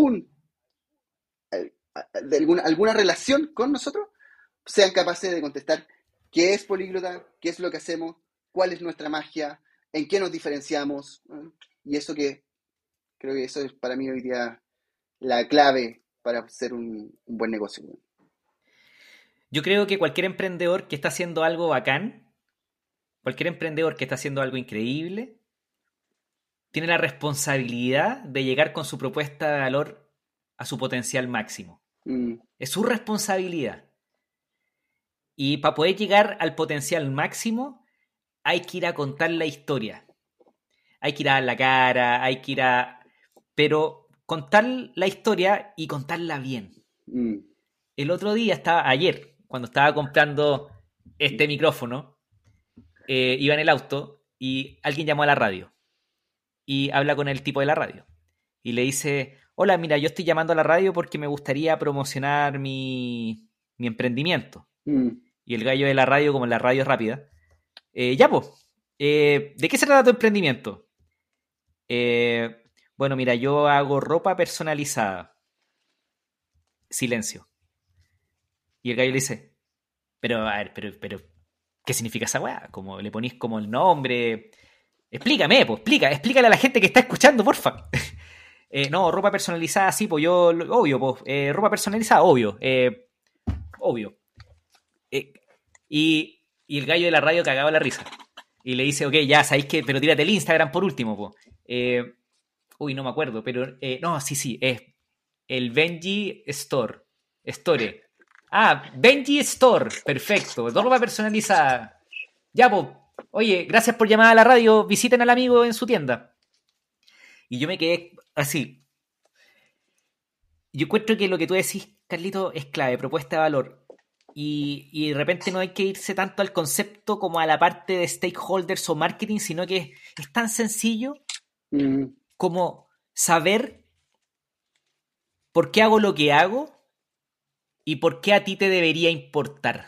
alguna relación con nosotros, sean capaces de contestar qué es políglota, qué es lo que hacemos, cuál es nuestra magia, en qué nos diferenciamos. Y eso que creo que eso es para mí hoy día la clave para hacer un buen negocio. Yo creo que cualquier emprendedor que está haciendo algo bacán, cualquier emprendedor que está haciendo algo increíble, tiene la responsabilidad de llegar con su propuesta de valor a su potencial máximo. Es su responsabilidad. Y para poder llegar al potencial máximo, hay que ir a contar la historia. Hay que ir a dar la cara, hay que ir a... Pero contar la historia y contarla bien. El otro día ayer, cuando estaba comprando este micrófono, iba en el auto y alguien llamó a la radio. Y habla con el tipo de la radio. Y le dice, hola, mira, yo estoy llamando a la radio porque me gustaría promocionar mi emprendimiento. Y el gallo de la radio, como en la radio es rápida, ya pues, ¿de qué se trata tu emprendimiento? Bueno, mira, yo hago ropa personalizada. Silencio. Y el gallo le dice, pero, a ver, pero, ¿qué significa esa weá? Como le ponís como el nombre... Explícame, pues, explícale a la gente que está escuchando, porfa. No, ropa personalizada, sí, pues yo, obvio, pues, ropa personalizada, obvio. Obvio. Y el gallo de la radio cagaba la risa. Y le dice, ok, ya, ¿sabéis qué? Pero tírate el Instagram por último, pues. Uy, no me acuerdo, pero, no, sí, es el Benji Store. Benji Store, perfecto. Ropa personalizada. Ya, pues. Oye, gracias por llamar a la radio. Visiten al amigo en su tienda. Y yo me quedé así. Yo encuentro que lo que tú decís, Carlito, es clave, propuesta de valor. Y de repente no hay que irse tanto al concepto como a la parte de stakeholders o marketing, sino que es tan sencillo como saber por qué hago lo que hago y por qué a ti te debería importar.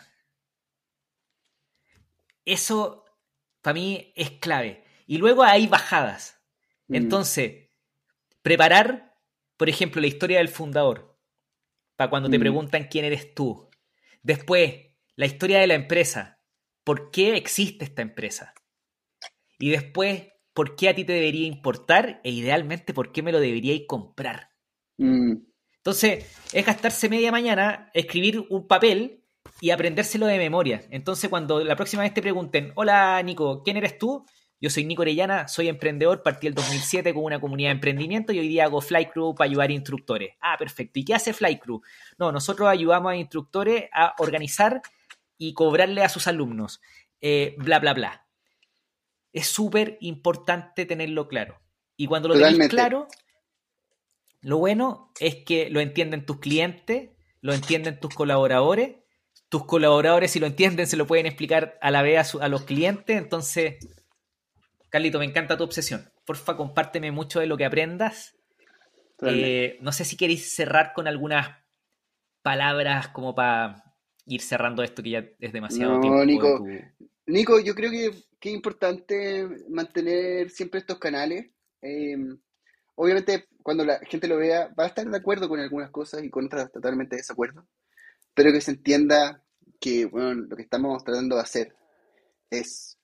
Eso... para mí es clave. Y luego hay bajadas. Entonces, preparar, por ejemplo, la historia del fundador. Para cuando te preguntan quién eres tú. Después, la historia de la empresa. ¿Por qué existe esta empresa? Y después, ¿por qué a ti te debería importar? E idealmente, ¿por qué me lo deberíais comprar? Entonces, es gastarse media mañana, escribir un papel y aprendérselo de memoria. Entonces, cuando la próxima vez te pregunten, hola Nico, ¿quién eres tú? Yo soy Nico Orellana, soy emprendedor, partí el 2007 con una comunidad de emprendimiento y hoy día hago Flight Crew para ayudar a instructores. Ah, perfecto. ¿Y qué hace Flight Crew? No, nosotros ayudamos a instructores a organizar y cobrarle a sus alumnos. Bla, bla, bla. Es súper importante tenerlo claro. Y cuando lo tenéis claro, lo bueno es que lo entienden tus clientes, lo entienden tus colaboradores. Tus colaboradores, si lo entienden, se lo pueden explicar a la vez a los clientes. Entonces, Carlito, me encanta tu obsesión. Porfa, compárteme mucho de lo que aprendas. No sé si queréis cerrar con algunas palabras como para ir cerrando esto, que ya es demasiado tiempo. Nico, yo creo que es importante mantener siempre estos canales. Obviamente, cuando la gente lo vea, va a estar de acuerdo con algunas cosas y con otras totalmente de desacuerdo. Pero que se entienda que, bueno, lo que estamos tratando de hacer es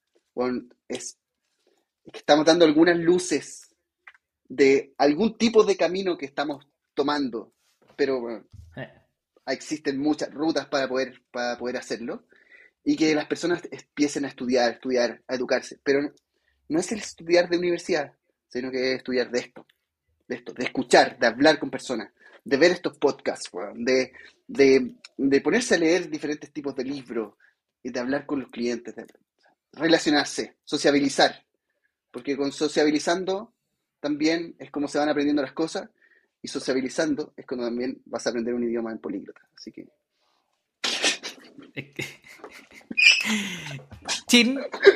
que estamos dando algunas luces de algún tipo de camino que estamos tomando, pero bueno, existen muchas rutas para poder hacerlo, y que las personas empiecen a estudiar, a educarse, pero no es el estudiar de universidad, sino que es estudiar de escuchar, de hablar con personas, de ver estos podcasts, de ponerse a leer diferentes tipos de libros y de hablar con los clientes, de relacionarse, sociabilizar. Porque con sociabilizando también es como se van aprendiendo las cosas, y sociabilizando es cuando también vas a aprender un idioma en políglota. Así que... ¡Chin!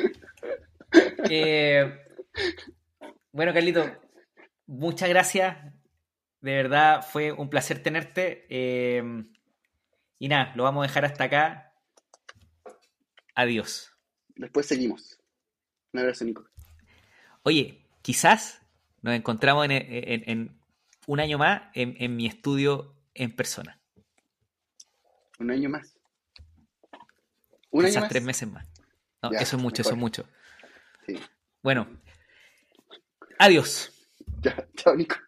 Bueno, Carlito, muchas gracias. De verdad fue un placer tenerte. Y nada, lo vamos a dejar hasta acá. Adiós. Después seguimos. Un abrazo, Nico. Oye, quizás nos encontramos en un año más en mi estudio en persona. ¿Un año más? Quizás 3 meses más. No, ya, eso es mucho, mejor. Eso es mucho. Sí. Bueno, adiós. Ya, chao, Nico.